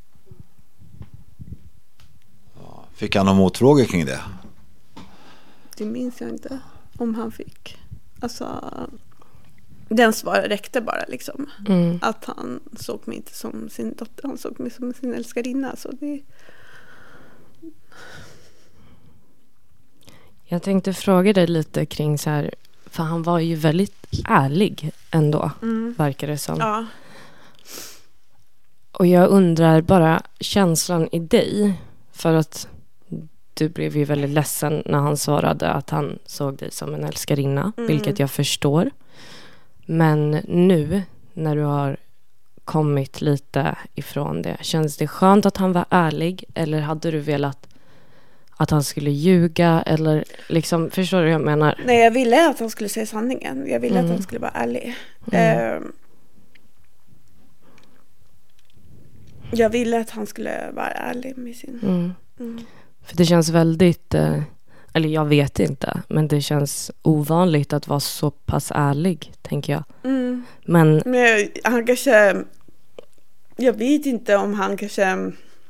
Fick han någon motfrågor kring det? Det minns jag inte om han fick. Alltså... Den svaret räckte bara liksom. Att han såg mig inte som sin dotter. Han såg mig som sin älskarinna. Så det... Jag tänkte fråga dig lite kring så här. För han var ju väldigt ärlig ändå. Verkar det som. Ja. Och jag undrar bara känslan i dig. För att du blev ju väldigt ledsen när han svarade att han såg dig som en älskarinna. Vilket jag förstår. Men nu när du har kommit lite ifrån det, känns det skönt att han var ärlig? Eller hade du velat att han skulle ljuga? Eller liksom, förstår du vad jag menar? Nej, jag ville att han skulle säga sanningen. Jag ville att han skulle vara ärlig. Jag ville att han skulle vara ärlig med sin... För det känns väldigt... Eller jag vet inte, men det känns ovanligt att vara så pass ärlig, tänker jag. Men han kanske... Jag vet inte om han kanske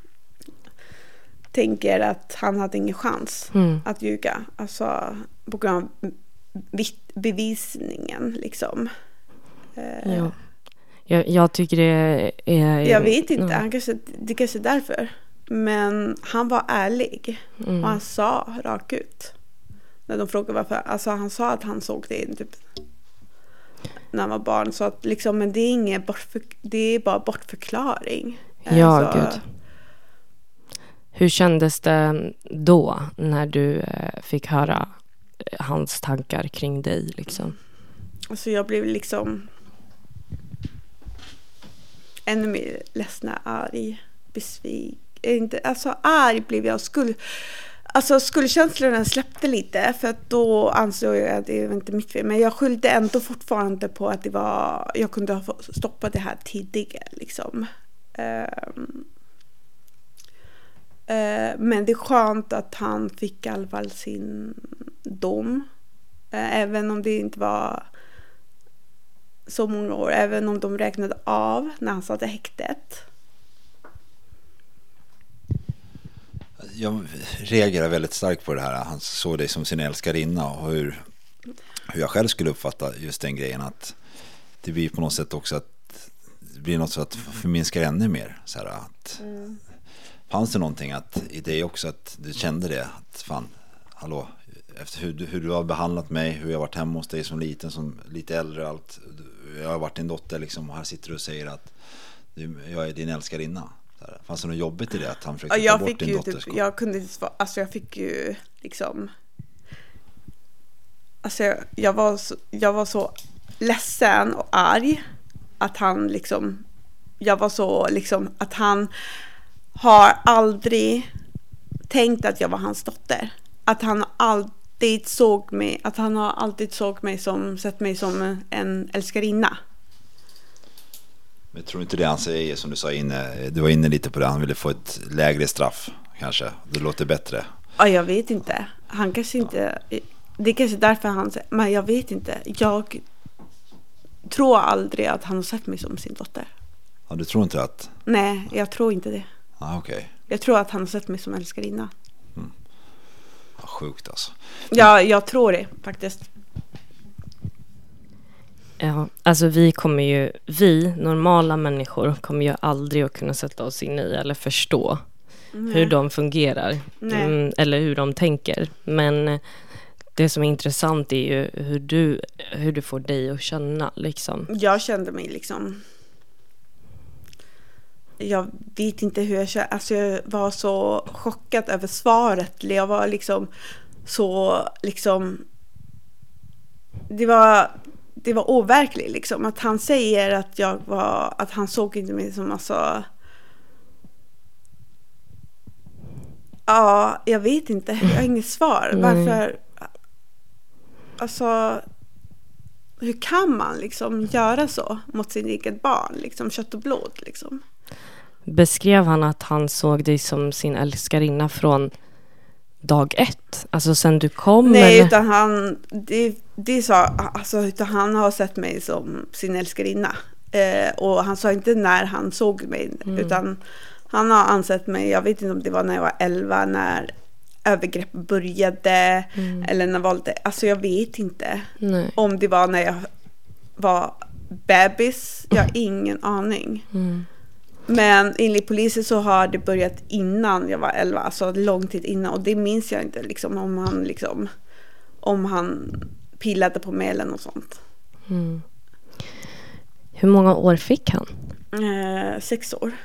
tänker att han hade ingen chans att ljuga. Alltså på grund av bevisningen, liksom. Ja. Jag tycker det är... Jag vet inte, det kanske är därför. Men han var ärlig. Och han sa rakt ut. När de frågade varför. Alltså han sa att han såg det typ när han var barn. Så att liksom, men det är ingen det är bara bortförklaring. Ja, alltså, gud. Hur kändes det då när du fick höra hans tankar kring dig liksom? Alltså jag blev liksom ännu mer ledsna, arg, besviken. Inte, alltså arg blev jag. Skuldkänslorna släppte lite, för att då ansåg jag att det var inte mitt fel, men jag skyllde ändå fortfarande på att det var, jag kunde ha stoppat det här tidigare liksom. Men det är skönt att han fick i alla fall sin dom, även om det inte var så många år, även om de räknade av när han satt i häktet. Jag reagerar väldigt starkt på det här. Han såg dig som sin älskarinna, och hur jag själv skulle uppfatta just den grejen, att det blir på något sätt också att det blir något så att förminskar ännu mer så här, att fanns det någonting att i dig också att du kände det, att fan, hallå, efter hur du har behandlat mig, hur jag har varit hemma hos dig som liten, som lite äldre, allt, jag har varit din dotter liksom, och här sitter du och säger att jag är din älskarinna. Fanns det något jobbigt i det att han försökte ta bort din dotter? Typ, jag kunde inte svara, alltså jag fick ju liksom, alltså jag var så ledsen och arg att han liksom, jag var så liksom att han har aldrig tänkt att jag var hans dotter. Att han alltid såg mig, sett mig som en älskarinna. Men tror inte det han säger, som du sa du var inne lite på det, han ville få ett lägre straff kanske, det låter bättre. Ja, jag vet inte. Han kanske inte, det är kanske därför han säger, men jag vet inte. Jag tror aldrig att han har sett mig som sin dotter. Ja, du tror inte att? Nej, jag tror inte det. Okej. Jag tror att han har sett mig som älskarinna. Ja, sjukt alltså. Ja, jag tror det faktiskt. Ja, alltså vi normala människor kommer ju aldrig att kunna sätta oss in i eller förstå hur de fungerar. Eller hur de tänker. Men det som är intressant är ju hur du får dig att känna liksom. Jag kände mig liksom, jag vet inte hur jag kände. Alltså jag var så chockad över svaret. Jag var liksom så liksom, det var overkligt liksom. Att han säger att han såg inte mig som, alltså, ja, jag vet inte. Jag har inget svar. Varför, alltså, hur kan man liksom göra så mot sin egen barn, liksom kött och blod liksom? Beskrev han att han såg dig som sin älskarinna från dag 1? Alltså sen du kom? Nej, eller? utan det sa, alltså, utan han har sett mig som sin älskarinna. Och han sa inte när han såg mig, utan han har ansett mig, jag vet inte om det var när jag var 11, när övergrepp började, eller när våld, alltså jag vet inte. Nej. Om det var när jag var bebis, jag har ingen aning. Men enligt polisen så har det börjat innan jag var 11, alltså lång tid innan, och det minns jag inte liksom, om han pillade på mig eller något sånt. Hur många år fick han? 6 år.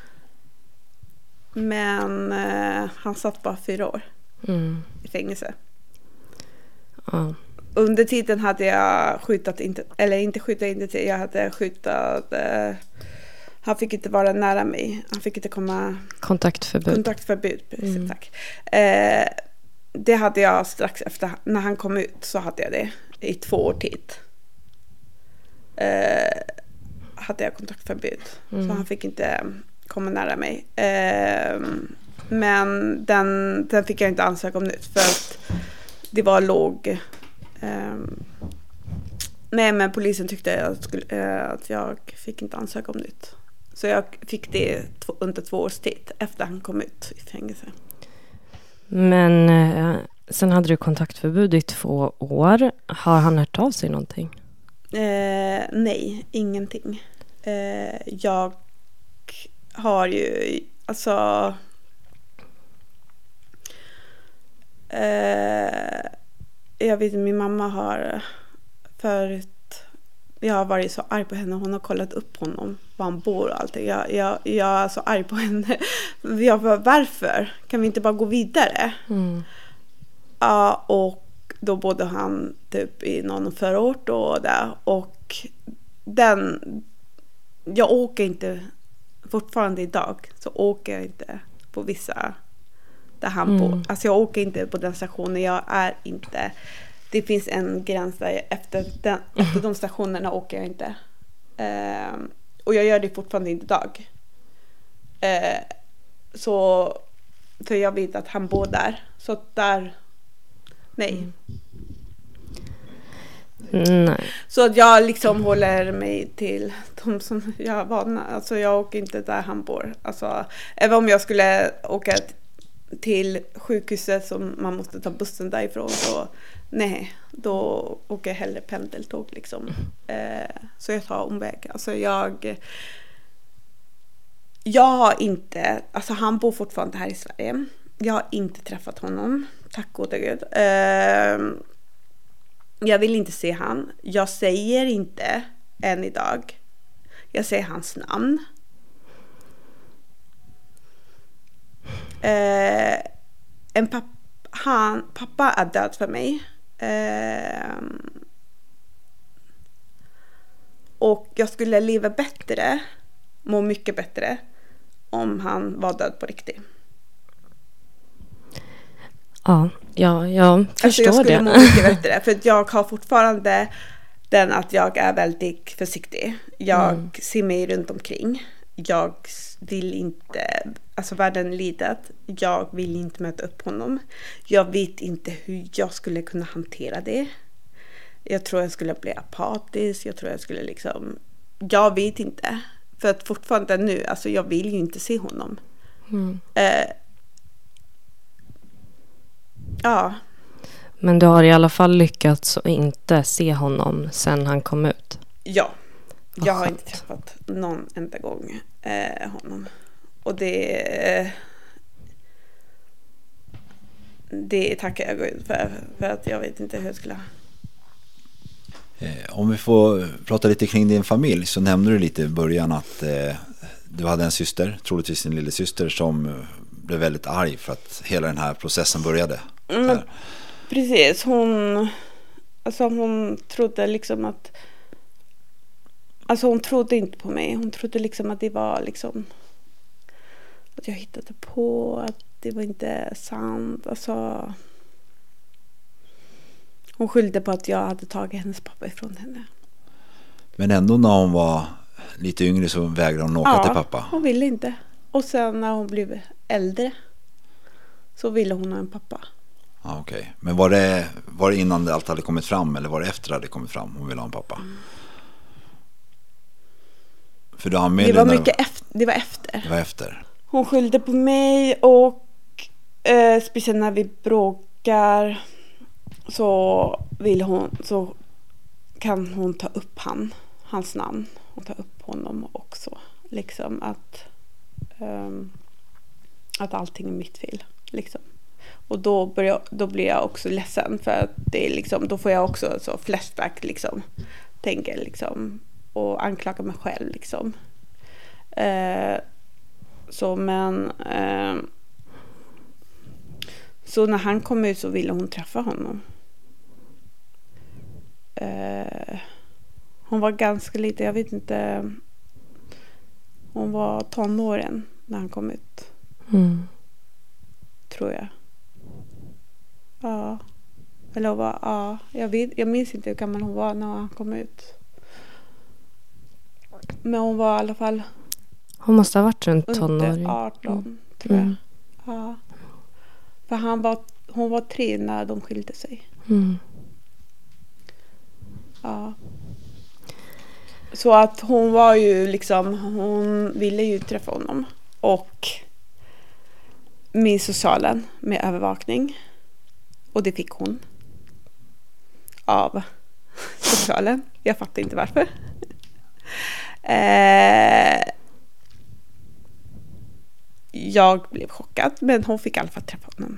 Men han satt bara 4 år i fängelse. Ja. Under tiden hade jag jag hade skjutit, han fick inte vara nära mig. Han fick inte komma... Kontaktförbud, precis, tack. Det hade jag strax efter, när han kom ut så hade jag det i 2 år tid. Hade jag kontaktförbud. Så han fick inte komma nära mig. Men den fick jag inte ansöka om nytt, för att det var låg. Nej, men polisen tyckte att jag fick inte ansöka om nytt. Så jag fick det under 2 års tid efter han kom ut i fängelse. Men sen hade du kontaktförbud i 2 år. Har han hört av sig någonting? Nej, ingenting. Jag har ju, alltså, jag vet, min mamma har förut, jag har varit så arg på henne. Hon har kollat upp honom, var han bor och allting. Jag är så arg på henne. Jag bara, varför? Kan vi inte bara gå vidare? Ja, och då bodde han typ i någon förort och där. Och jag åker inte, fortfarande idag så åker jag inte på vissa där han bor. Alltså jag åker inte på den stationen. Jag är inte, det finns en gräns där efter de stationerna åker jag inte. Och jag gör det fortfarande inte idag. Så för jag vet att han bor där. Så där, nej. Nej. Så att jag liksom håller mig till de som jag var. Alltså jag åker inte där han bor. Alltså, även om jag skulle åka till sjukhuset som man måste ta bussen därifrån, så nej, då åker jag hellre pendeltåg liksom. Så jag tar omväg. Alltså jag har inte, alltså han bor fortfarande här i Sverige. Jag har inte träffat honom, tack gode Gud. Jag vill inte se han. Jag säger inte än idag. Jag säger hans namn. Pappa är död för mig. Och jag skulle leva bättre, må mycket bättre, om han var död på riktigt. Ja, jag förstår alltså jag skulle det. må mycket bättre. För att jag har fortfarande den att jag är väldigt försiktig. Jag ser mig runt omkring. Jag vill inte, alltså världen lider. Jag vill inte möta upp honom. Jag vet inte hur jag skulle kunna hantera det. Jag tror jag skulle bli apatisk. Jag tror jag skulle liksom, jag vet inte. För att fortfarande nu, alltså jag vill ju inte se honom. Ja. Men du har i alla fall lyckats att inte se honom sen han kom ut. Ja. Jag har inte träffat någon enda gång honom. Och det tackar jag Gud för att jag vet inte hur jag skulle. Om vi får prata lite kring din familj, så nämnde du lite i början att du hade en syster, troligtvis din lilla syster, som blev väldigt arg för att hela den här processen började. Precis, hon trodde liksom att, alltså hon trodde inte på mig. Hon trodde liksom att det var liksom att jag hittade på, att det var inte sant. Alltså hon skyllde på att jag hade tagit hennes pappa ifrån henne. Men ändå när hon var lite yngre så vägrade hon åka till pappa. Hon ville inte. Och sen när hon blev äldre så ville hon ha en pappa. Ja, okej. Men var det innan allt hade kommit fram, eller var det efter det hade kommit fram hon ville ha en pappa? För du har med det var mycket efter. Det var efter. Hon skyllde på mig och speciellt när vi bråkar så kan hon ta upp hans namn och ta upp honom också, liksom att allting är mitt fel liksom. Och då blir jag också ledsen, för att det är liksom, då får jag också så flashback liksom, tänker liksom, och anklagar mig själv liksom. Så när han kom ut så ville hon träffa honom. Hon var ganska lite, jag vet inte, hon var tonåren när han kom ut. Tror jag. Ja. Eller hon var, ja, jag minns inte hur gammal hon var när han kom ut. Men hon var i alla fall, hon måste ha varit runt tonåring. Under 18 tror jag. Ja. För hon var 3 när de skilde sig. Ja. Så att hon var ju liksom, hon ville ju träffa honom. Och med socialen, med övervakning. Och det fick hon av socialen. Jag fattar inte varför. Jag blev chockad, men hon fick i alla fall träffa honom.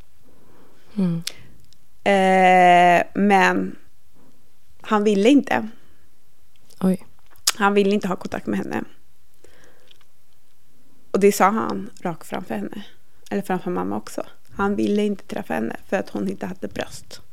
Men han ville inte. Oj. Han ville inte ha kontakt med henne. Och det sa han rakt framför henne. Eller framför mamma också. Han ville inte träffa henne för att hon inte hade bröst.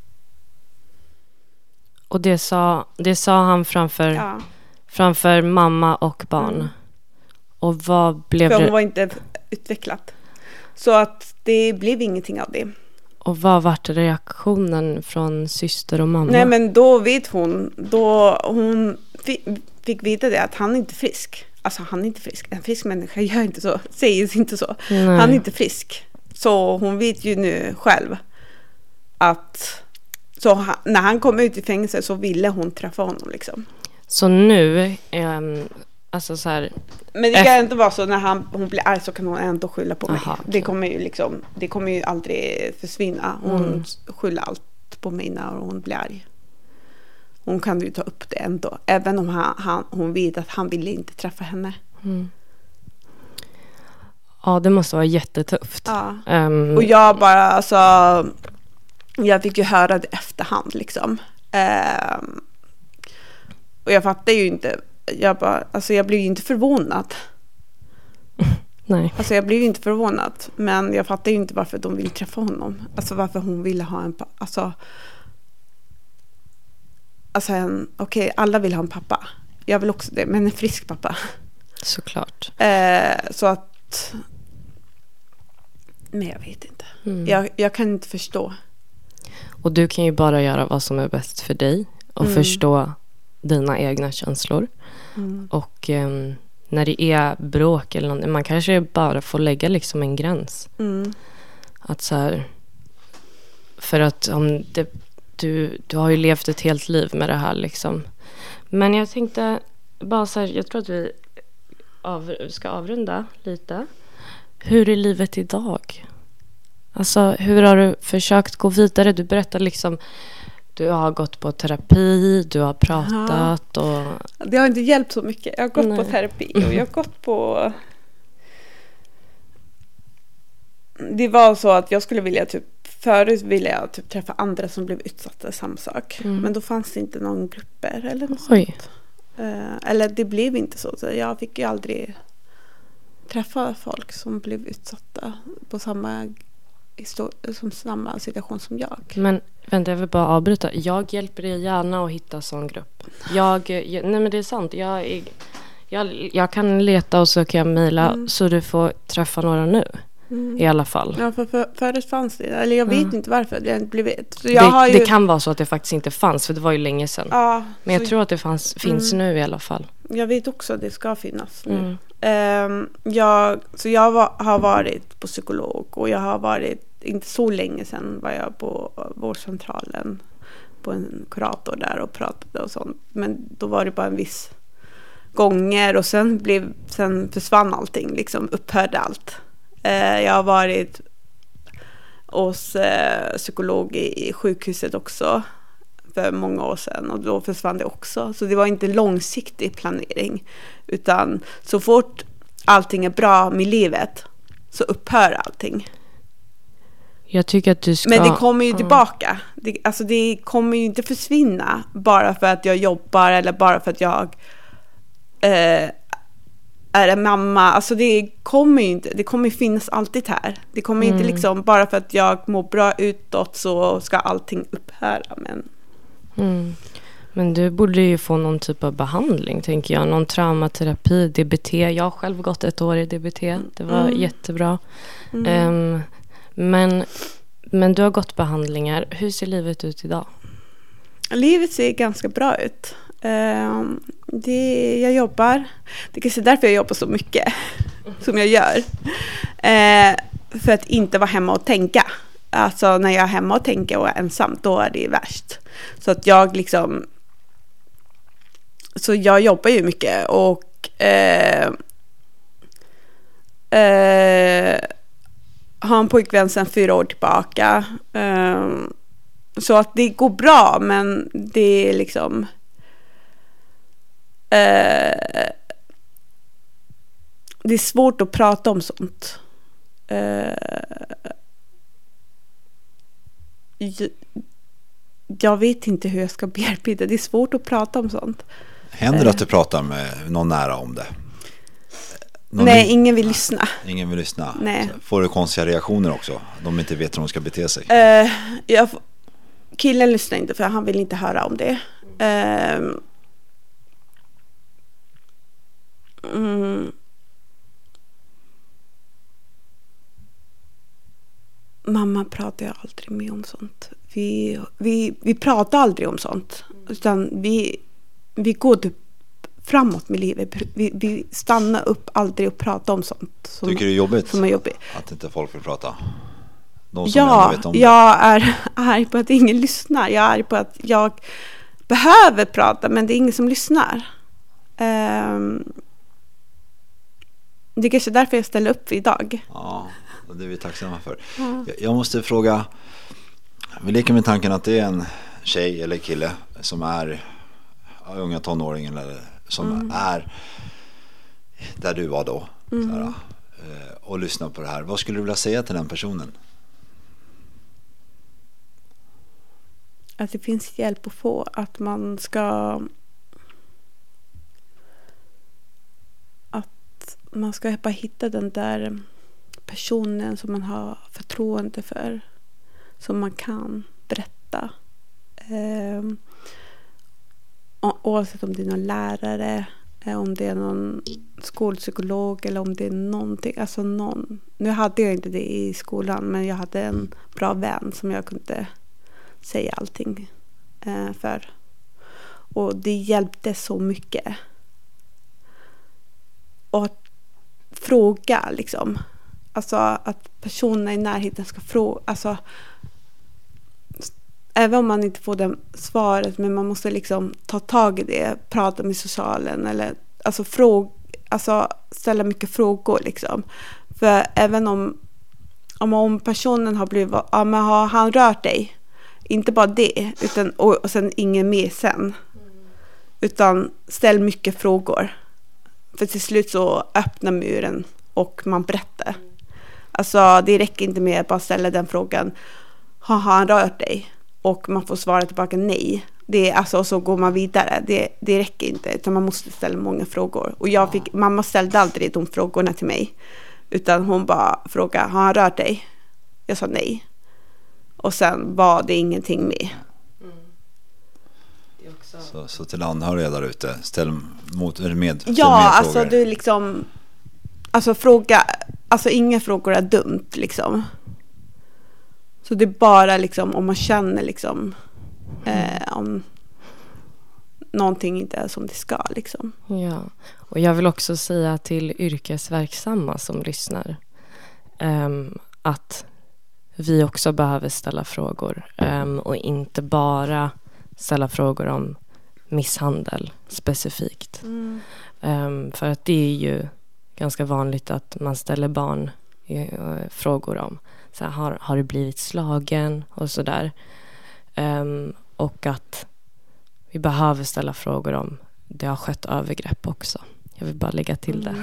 Och det sa han framför mamma och barn. Och vad blev det? För hon var inte utvecklad. Så att det blev ingenting av det. Och vad var reaktionen från syster och mamma? Nej, men då vet hon. Då hon fick veta det, att han är inte frisk. Alltså han är inte frisk. En frisk människa gör inte så. Säger inte så. Nej. Han är inte frisk. Så hon vet ju nu själv att när han kom ut i fängelse så ville hon träffa honom liksom. Så nu alltså så här, men det kan inte vara så när hon blir arg så kan hon ändå skylla på mig. Okay. Det kommer ju aldrig försvinna. Hon skyller allt på mig när hon blir arg. Hon kan ju ta upp det ändå, även om hon vet att han ville inte träffa henne. Ja, det måste vara jättetufft. Ja. Och jag bara, alltså, jag fick ju höra det efterhand liksom. Och jag fattar ju inte. Jag blev ju inte förvånad. Nej. Alltså jag blev ju inte förvånad. Men jag fattar ju inte varför de ville träffa honom. Alltså varför hon ville ha en pappa. Okej, alla vill ha en pappa. Jag vill också det, men en frisk pappa. Såklart. Så att... Men jag vet inte. Jag kan inte förstå. Och du kan ju bara göra vad som är bäst för dig och förstå dina egna känslor. Och när det är bråk eller något, man kanske bara får lägga liksom en gräns. Att så här, för att om du har ju levt ett helt liv med det här liksom. Men jag tänkte bara så här, jag tror att vi ska avrunda lite. Hur är livet idag? Alltså, hur har du försökt gå vidare? Du berättar liksom, du har gått på terapi, du har pratat och... Det har inte hjälpt så mycket. Jag har gått på terapi och jag har gått på... Det var så att jag skulle vilja förut ville jag träffa andra som blev utsatta i samma sak. Men då fanns det inte någon grupper eller något sånt. Eller det blev inte så. Så jag fick ju aldrig träffa folk som blev utsatta på samma situation som jag. Men vänta, jag vill bara avbryta. Jag hjälper dig gärna att hitta sån grupp. Nej men det är sant. Jag kan leta och så kan jag mejla så du får träffa några nu. I alla fall. Ja, förut fanns det. Eller jag vet inte varför det inte blivit. Så det kan vara så att det faktiskt inte fanns, för det var ju länge sedan. Ja, men jag tror att det finns nu i alla fall. Jag vet också att det ska finnas nu. Jag har varit på psykolog och jag har varit, inte så länge sedan var jag på vårdcentralen på en kurator där och pratade och sånt. Men då var det bara en viss gånger och sen försvann allting, liksom upphörde allt. Jag har varit hos psykolog i sjukhuset också för många år sedan och då försvann det också. Så det var inte långsiktig planering, utan så fort allting är bra med livet så upphör allting. Jag tycker att du ska... Men det kommer ju tillbaka. Det kommer ju inte försvinna bara för att jag jobbar eller bara för att jag är en mamma. Alltså det kommer ju finnas alltid här. Det kommer inte liksom bara för att jag mår bra utåt så ska allting upphöra. Men du borde ju få någon typ av behandling, tänker jag. Någon traumaterapi, DBT. Jag har själv gått 1 år i DBT. Det var jättebra. Men du har gått behandlingar. Hur ser livet ut idag? Livet ser ganska bra ut. Jag jobbar. Det är kanske därför jag jobbar så mycket som jag gör. För att inte vara hemma och tänka. Alltså när jag är hemma och tänker och är ensam, då är det värst. Så att jag liksom... Så jag jobbar ju mycket och har en pojkvän sedan 4 år tillbaka. Så att det går bra, men det är liksom... det är svårt att prata om sånt. Jag vet inte hur jag ska bearbeta. Det är svårt att prata om sånt. Händer det att du pratar med någon nära om det? Ingen vill lyssna. Ingen vill lyssna. Nej. Får du konstiga reaktioner också? De inte vet hur de ska bete sig. Killen lyssnar inte för han vill inte höra om det. Mamma pratar jag aldrig med om sånt. Vi pratar aldrig om sånt. Utan vi går typ framåt med livet. Vi stannar upp aldrig och pratar om sånt. Tycker du det är jobbigt? Som är jobbigt. Att inte folk vill prata? Ja, vet om jag är arg på att ingen lyssnar. Jag är arg på att jag behöver prata, men det är ingen som lyssnar. Det är kanske därför jag ställer upp idag. Ja, det är vi tacksamma för. Jag måste fråga, vi leker med tanken att det är en tjej eller kille som är unga tonåringen eller som är där du var då såhär, och lyssnar på det här. Vad skulle du vilja säga till den personen? Att det finns hjälp att få, att man ska bara hitta den där personen som man har förtroende för, som man kan berätta. Oavsett om det är någon lärare Om det är någon skolpsykolog eller om det är någonting. Alltså nu hade jag inte det i skolan, men jag hade en bra vän som jag kunde säga allting för. Och det hjälpte så mycket. Och att fråga liksom. Alltså att personerna i närheten ska fråga. Alltså, även om man inte får det svaret, men man måste liksom ta tag i det, prata med socialen eller alltså ställa mycket frågor liksom. För även om personen har blivit, men har han rört dig? Inte bara det, utan och sen ingen mer sen. Utan ställ mycket frågor. För till slut så öppnar muren och man berättar. Alltså det räcker inte med att bara ställa den frågan. Har han rört dig? Och man får svara tillbaka nej. Det är alltså, och så går man vidare. Det räcker inte, utan man måste ställa många frågor. Och mamma ställde aldrig de frågorna till mig. Utan hon bara frågade, har han rört dig? Jag sa nej. Och sen var det ingenting med. Så till anhöriga där ute, ställ med alltså frågor. du liksom, alltså fråga, alltså inga frågor är dumt liksom. Så det är bara liksom om man känner liksom om någonting inte är som det ska liksom. Ja, och jag vill också säga till yrkesverksamma som lyssnar att vi också behöver ställa frågor och inte bara ställa frågor om misshandel specifikt. För att det är ju ganska vanligt att man ställer barn frågor om så här, har du blivit slagen och sådär. Och att vi behöver ställa frågor om det har skett övergrepp också. Jag vill bara lägga till det.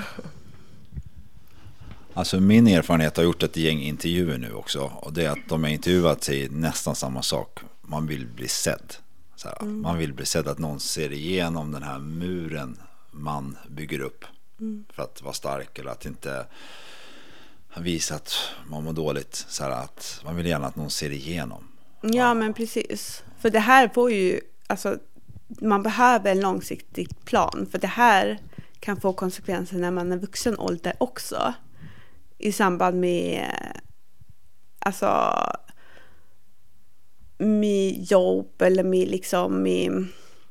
Alltså min erfarenhet har gjort ett gäng intervjuer nu också. Och det är att de har intervjuat sig nästan samma sak. Man vill bli sedd. Så här, man vill bli sedd, att någon ser igenom den här muren man bygger upp för att vara stark, eller att inte visa att man mår dåligt. Så här, att man vill gärna att någon ser igenom. Ja, men precis. För det här får ju, alltså man behöver en långsiktig plan. För det här kan få konsekvenser när man är vuxen ålder också. I samband med alltså med jobb eller med liksom med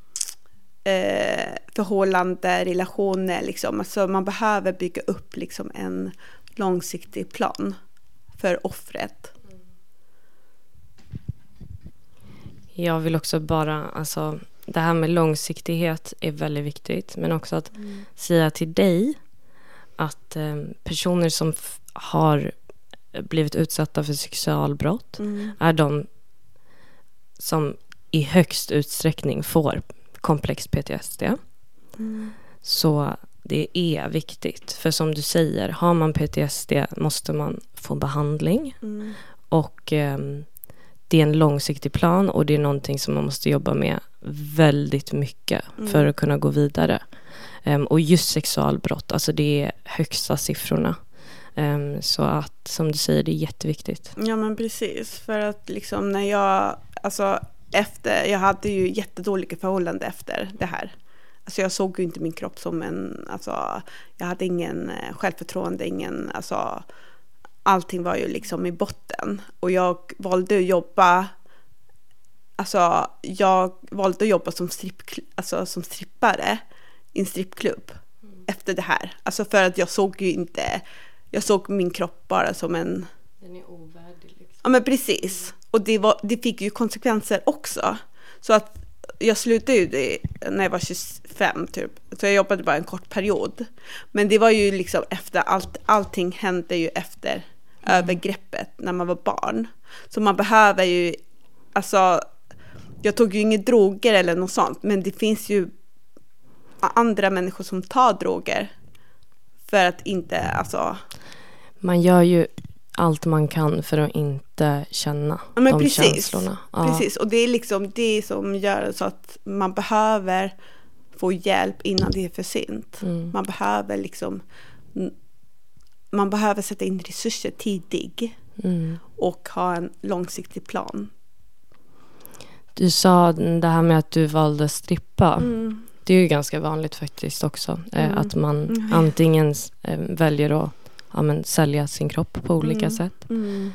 förhållande, relationer liksom. Alltså man behöver bygga upp liksom en långsiktig plan för offret. Jag vill också bara, alltså det här med långsiktighet är väldigt viktigt, men också att säga till dig att personer som har blivit utsatta för sexualbrott är de som i högst utsträckning får komplex PTSD. Så det är viktigt, för som du säger, har man PTSD måste man få behandling och det är en långsiktig plan, och det är någonting som man måste jobba med väldigt mycket för att kunna gå vidare. Och just sexualbrott, alltså det är högsta siffrorna. Så att, som du säger, det är jätteviktigt. Ja, men precis. För att liksom när jag, alltså jag hade ju jättedåliga förhållanden efter det här. Alltså jag såg ju inte min kropp som en, alltså jag hade ingen självförtroende, alltså allting var ju liksom i botten. Och jag valde att jobba som strippare i en strippklubb efter det här. Alltså för att jag såg min kropp bara som en... Den är ovärdig liksom. Ja, men precis. Och det fick ju konsekvenser också. Så att jag slutade ju det när jag var 25 typ. Så jag jobbade bara en kort period. Men det var ju liksom efter allting hände ju efter övergreppet när man var barn. Så man behöver ju, alltså jag tog ju inga droger eller något sånt, men det finns ju andra människor som tar droger för att inte, alltså... Man gör ju allt man kan för att inte känna känslorna. Ja. Precis, och det är liksom det som gör så att man behöver få hjälp innan det är för sent. Man behöver sätta in resurser tidigt och ha en långsiktig plan. Du sa det här med att du valde strippa. Det är ju ganska vanligt faktiskt också. Att man antingen väljer att sälja sin kropp på olika sätt.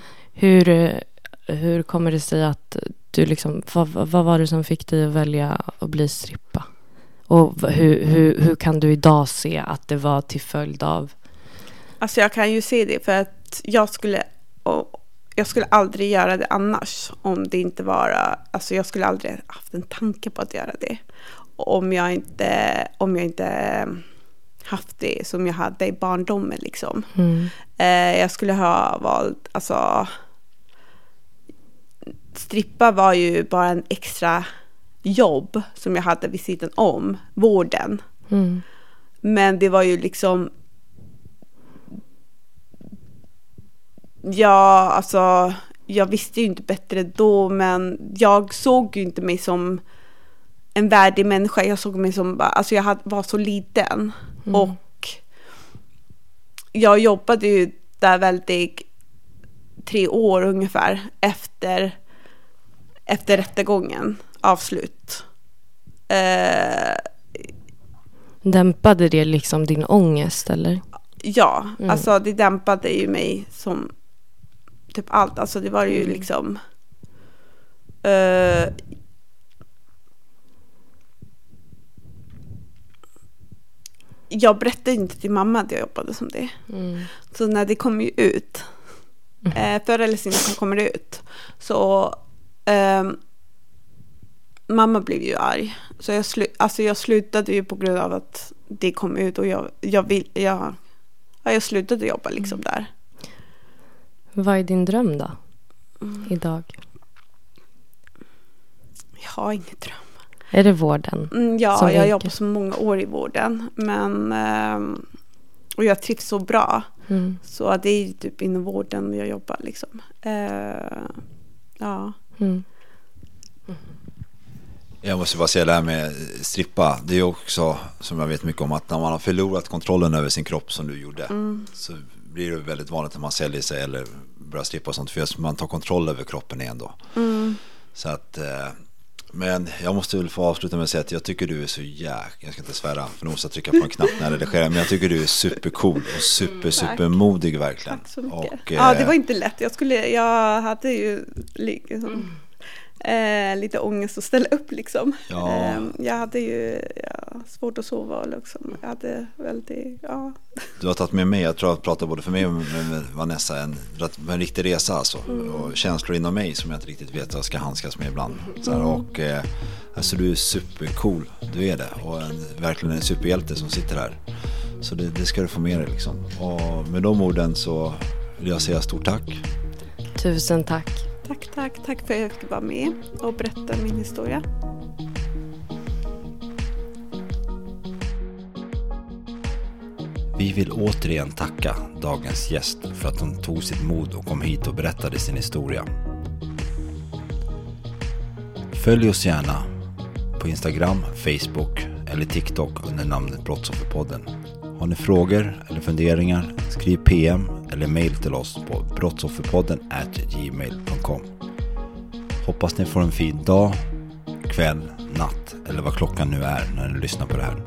Hur kommer det sig att du liksom, vad var det som fick dig att välja att bli strippa? Och hur kan du idag se att det var till följd av? Alltså jag kan ju se det för att jag skulle aldrig göra det annars om det inte var, alltså jag skulle aldrig haft en tanke på att göra det om jag inte haft det som jag hade i barndomen liksom. Jag skulle ha valt, alltså strippa var ju bara en extra jobb som jag hade vid sidan om vården. Men det var ju liksom, ja, alltså jag visste ju inte bättre då, men jag såg ju inte mig som en värdig människa. Jag såg mig som, alltså var så liten och jag jobbade ju där väldigt 3 år ungefär efter rättegången avslut. Dämpade det liksom din ångest eller? Ja, alltså det dämpade ju mig som typ allt. Alltså det var ju liksom jag berättade inte till mamma att jag jobbade som det. Så när det kom ju ut förr eller senare kommer det ut, så mamma blev ju arg. Så jag slutade ju på grund av att det kom ut, och jag slutade jobba liksom där. Vad är din dröm då? Idag? Jag har ingen dröm. Är det vården? Ja, jag har jobbat så många år i vården, men och jag trivs så bra. Så att det är typ inom vården jag jobbar liksom. Ja. Jag måste bara säga det här med strippa. Det är också, som jag vet mycket om, att när man har förlorat kontrollen över sin kropp som du gjorde, så blir det väldigt vanligt att man säljer sig eller börjar strippa och sånt, för man tar kontroll över kroppen igen då. Så att men jag måste väl få avsluta med att säga att jag tycker du är så jag ska inte svära för nu måste jag trycka på en knapp när det sker, men jag tycker du är supercool och supermodig verkligen. Tack så mycket. Och, ja, det var inte lätt. Jag hade ju liksom lite ångest att ställa upp liksom. Ja. Jag hade ju svårt att sova liksom. Jag hade väldigt, Du har tagit med mig, jag tror att jag pratar både för mig och med Vanessa, en riktig resa alltså. Och känslor inom mig som jag inte riktigt vet vad jag ska handskas med ibland. Så här, och alltså du är supercool, du är det, och verkligen en superhjälte som sitter här. Så det ska du få med dig liksom. Och med de orden så vill jag säga stort tack. Tusen tack. Tack för att jag fick vara med och berätta min historia. Vi vill återigen tacka dagens gäst för att hon tog sitt mod och kom hit och berättade sin historia. Följ oss gärna på Instagram, Facebook eller TikTok under namnet Brottsofferpodden. Har ni frågor eller funderingar, skriv PM eller mail till oss på brottsofferpodden@gmail.com. Hoppas ni får en fin dag, kväll, natt eller vad klockan nu är när ni lyssnar på det här.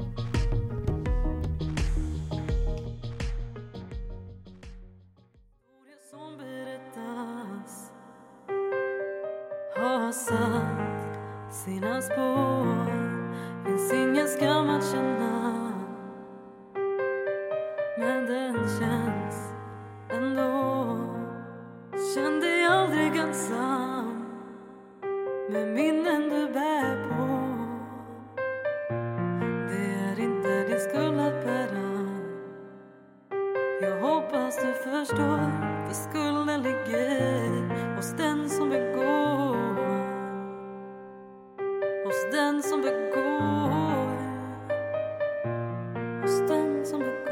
Har satt sina spår, finns ingen skam att känna, men den känns ändå. Känn dig aldrig ensam med minnen du bär på. Det är inte din skuld att bära. Jag hoppas du förstår, för skulden ligger hos den som begår. Hos den som begår. Hos den som begår.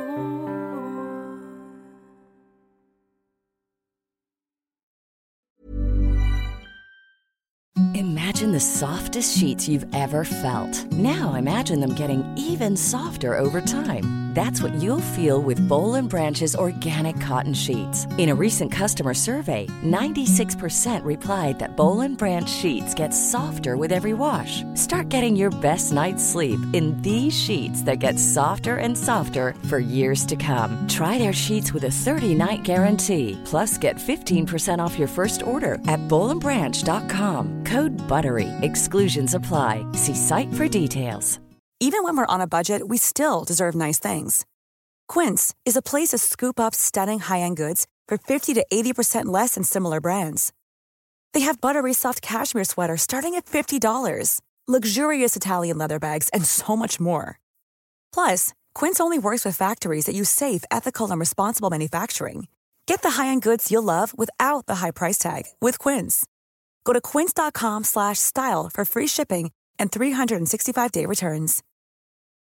Imagine the softest sheets you've ever felt. Now imagine them getting even softer over time. That's what you'll feel with Boll & Branch's organic cotton sheets. In a recent customer survey, 96% replied that Boll & Branch sheets get softer with every wash. Start getting your best night's sleep in these sheets that get softer and softer for years to come. Try their sheets with a 30-night guarantee. Plus, get 15% off your first order at bollandbranch.com. Code BUTTERY. Exclusions apply. See site for details. Even when we're on a budget, we still deserve nice things. Quince is a place to scoop up stunning high-end goods for 50 to 80% less than similar brands. They have buttery soft cashmere sweaters starting at $50, luxurious Italian leather bags, and so much more. Plus, Quince only works with factories that use safe, ethical, and responsible manufacturing. Get the high-end goods you'll love without the high price tag with Quince. Go to quince.com/style for free shipping and 365-day returns.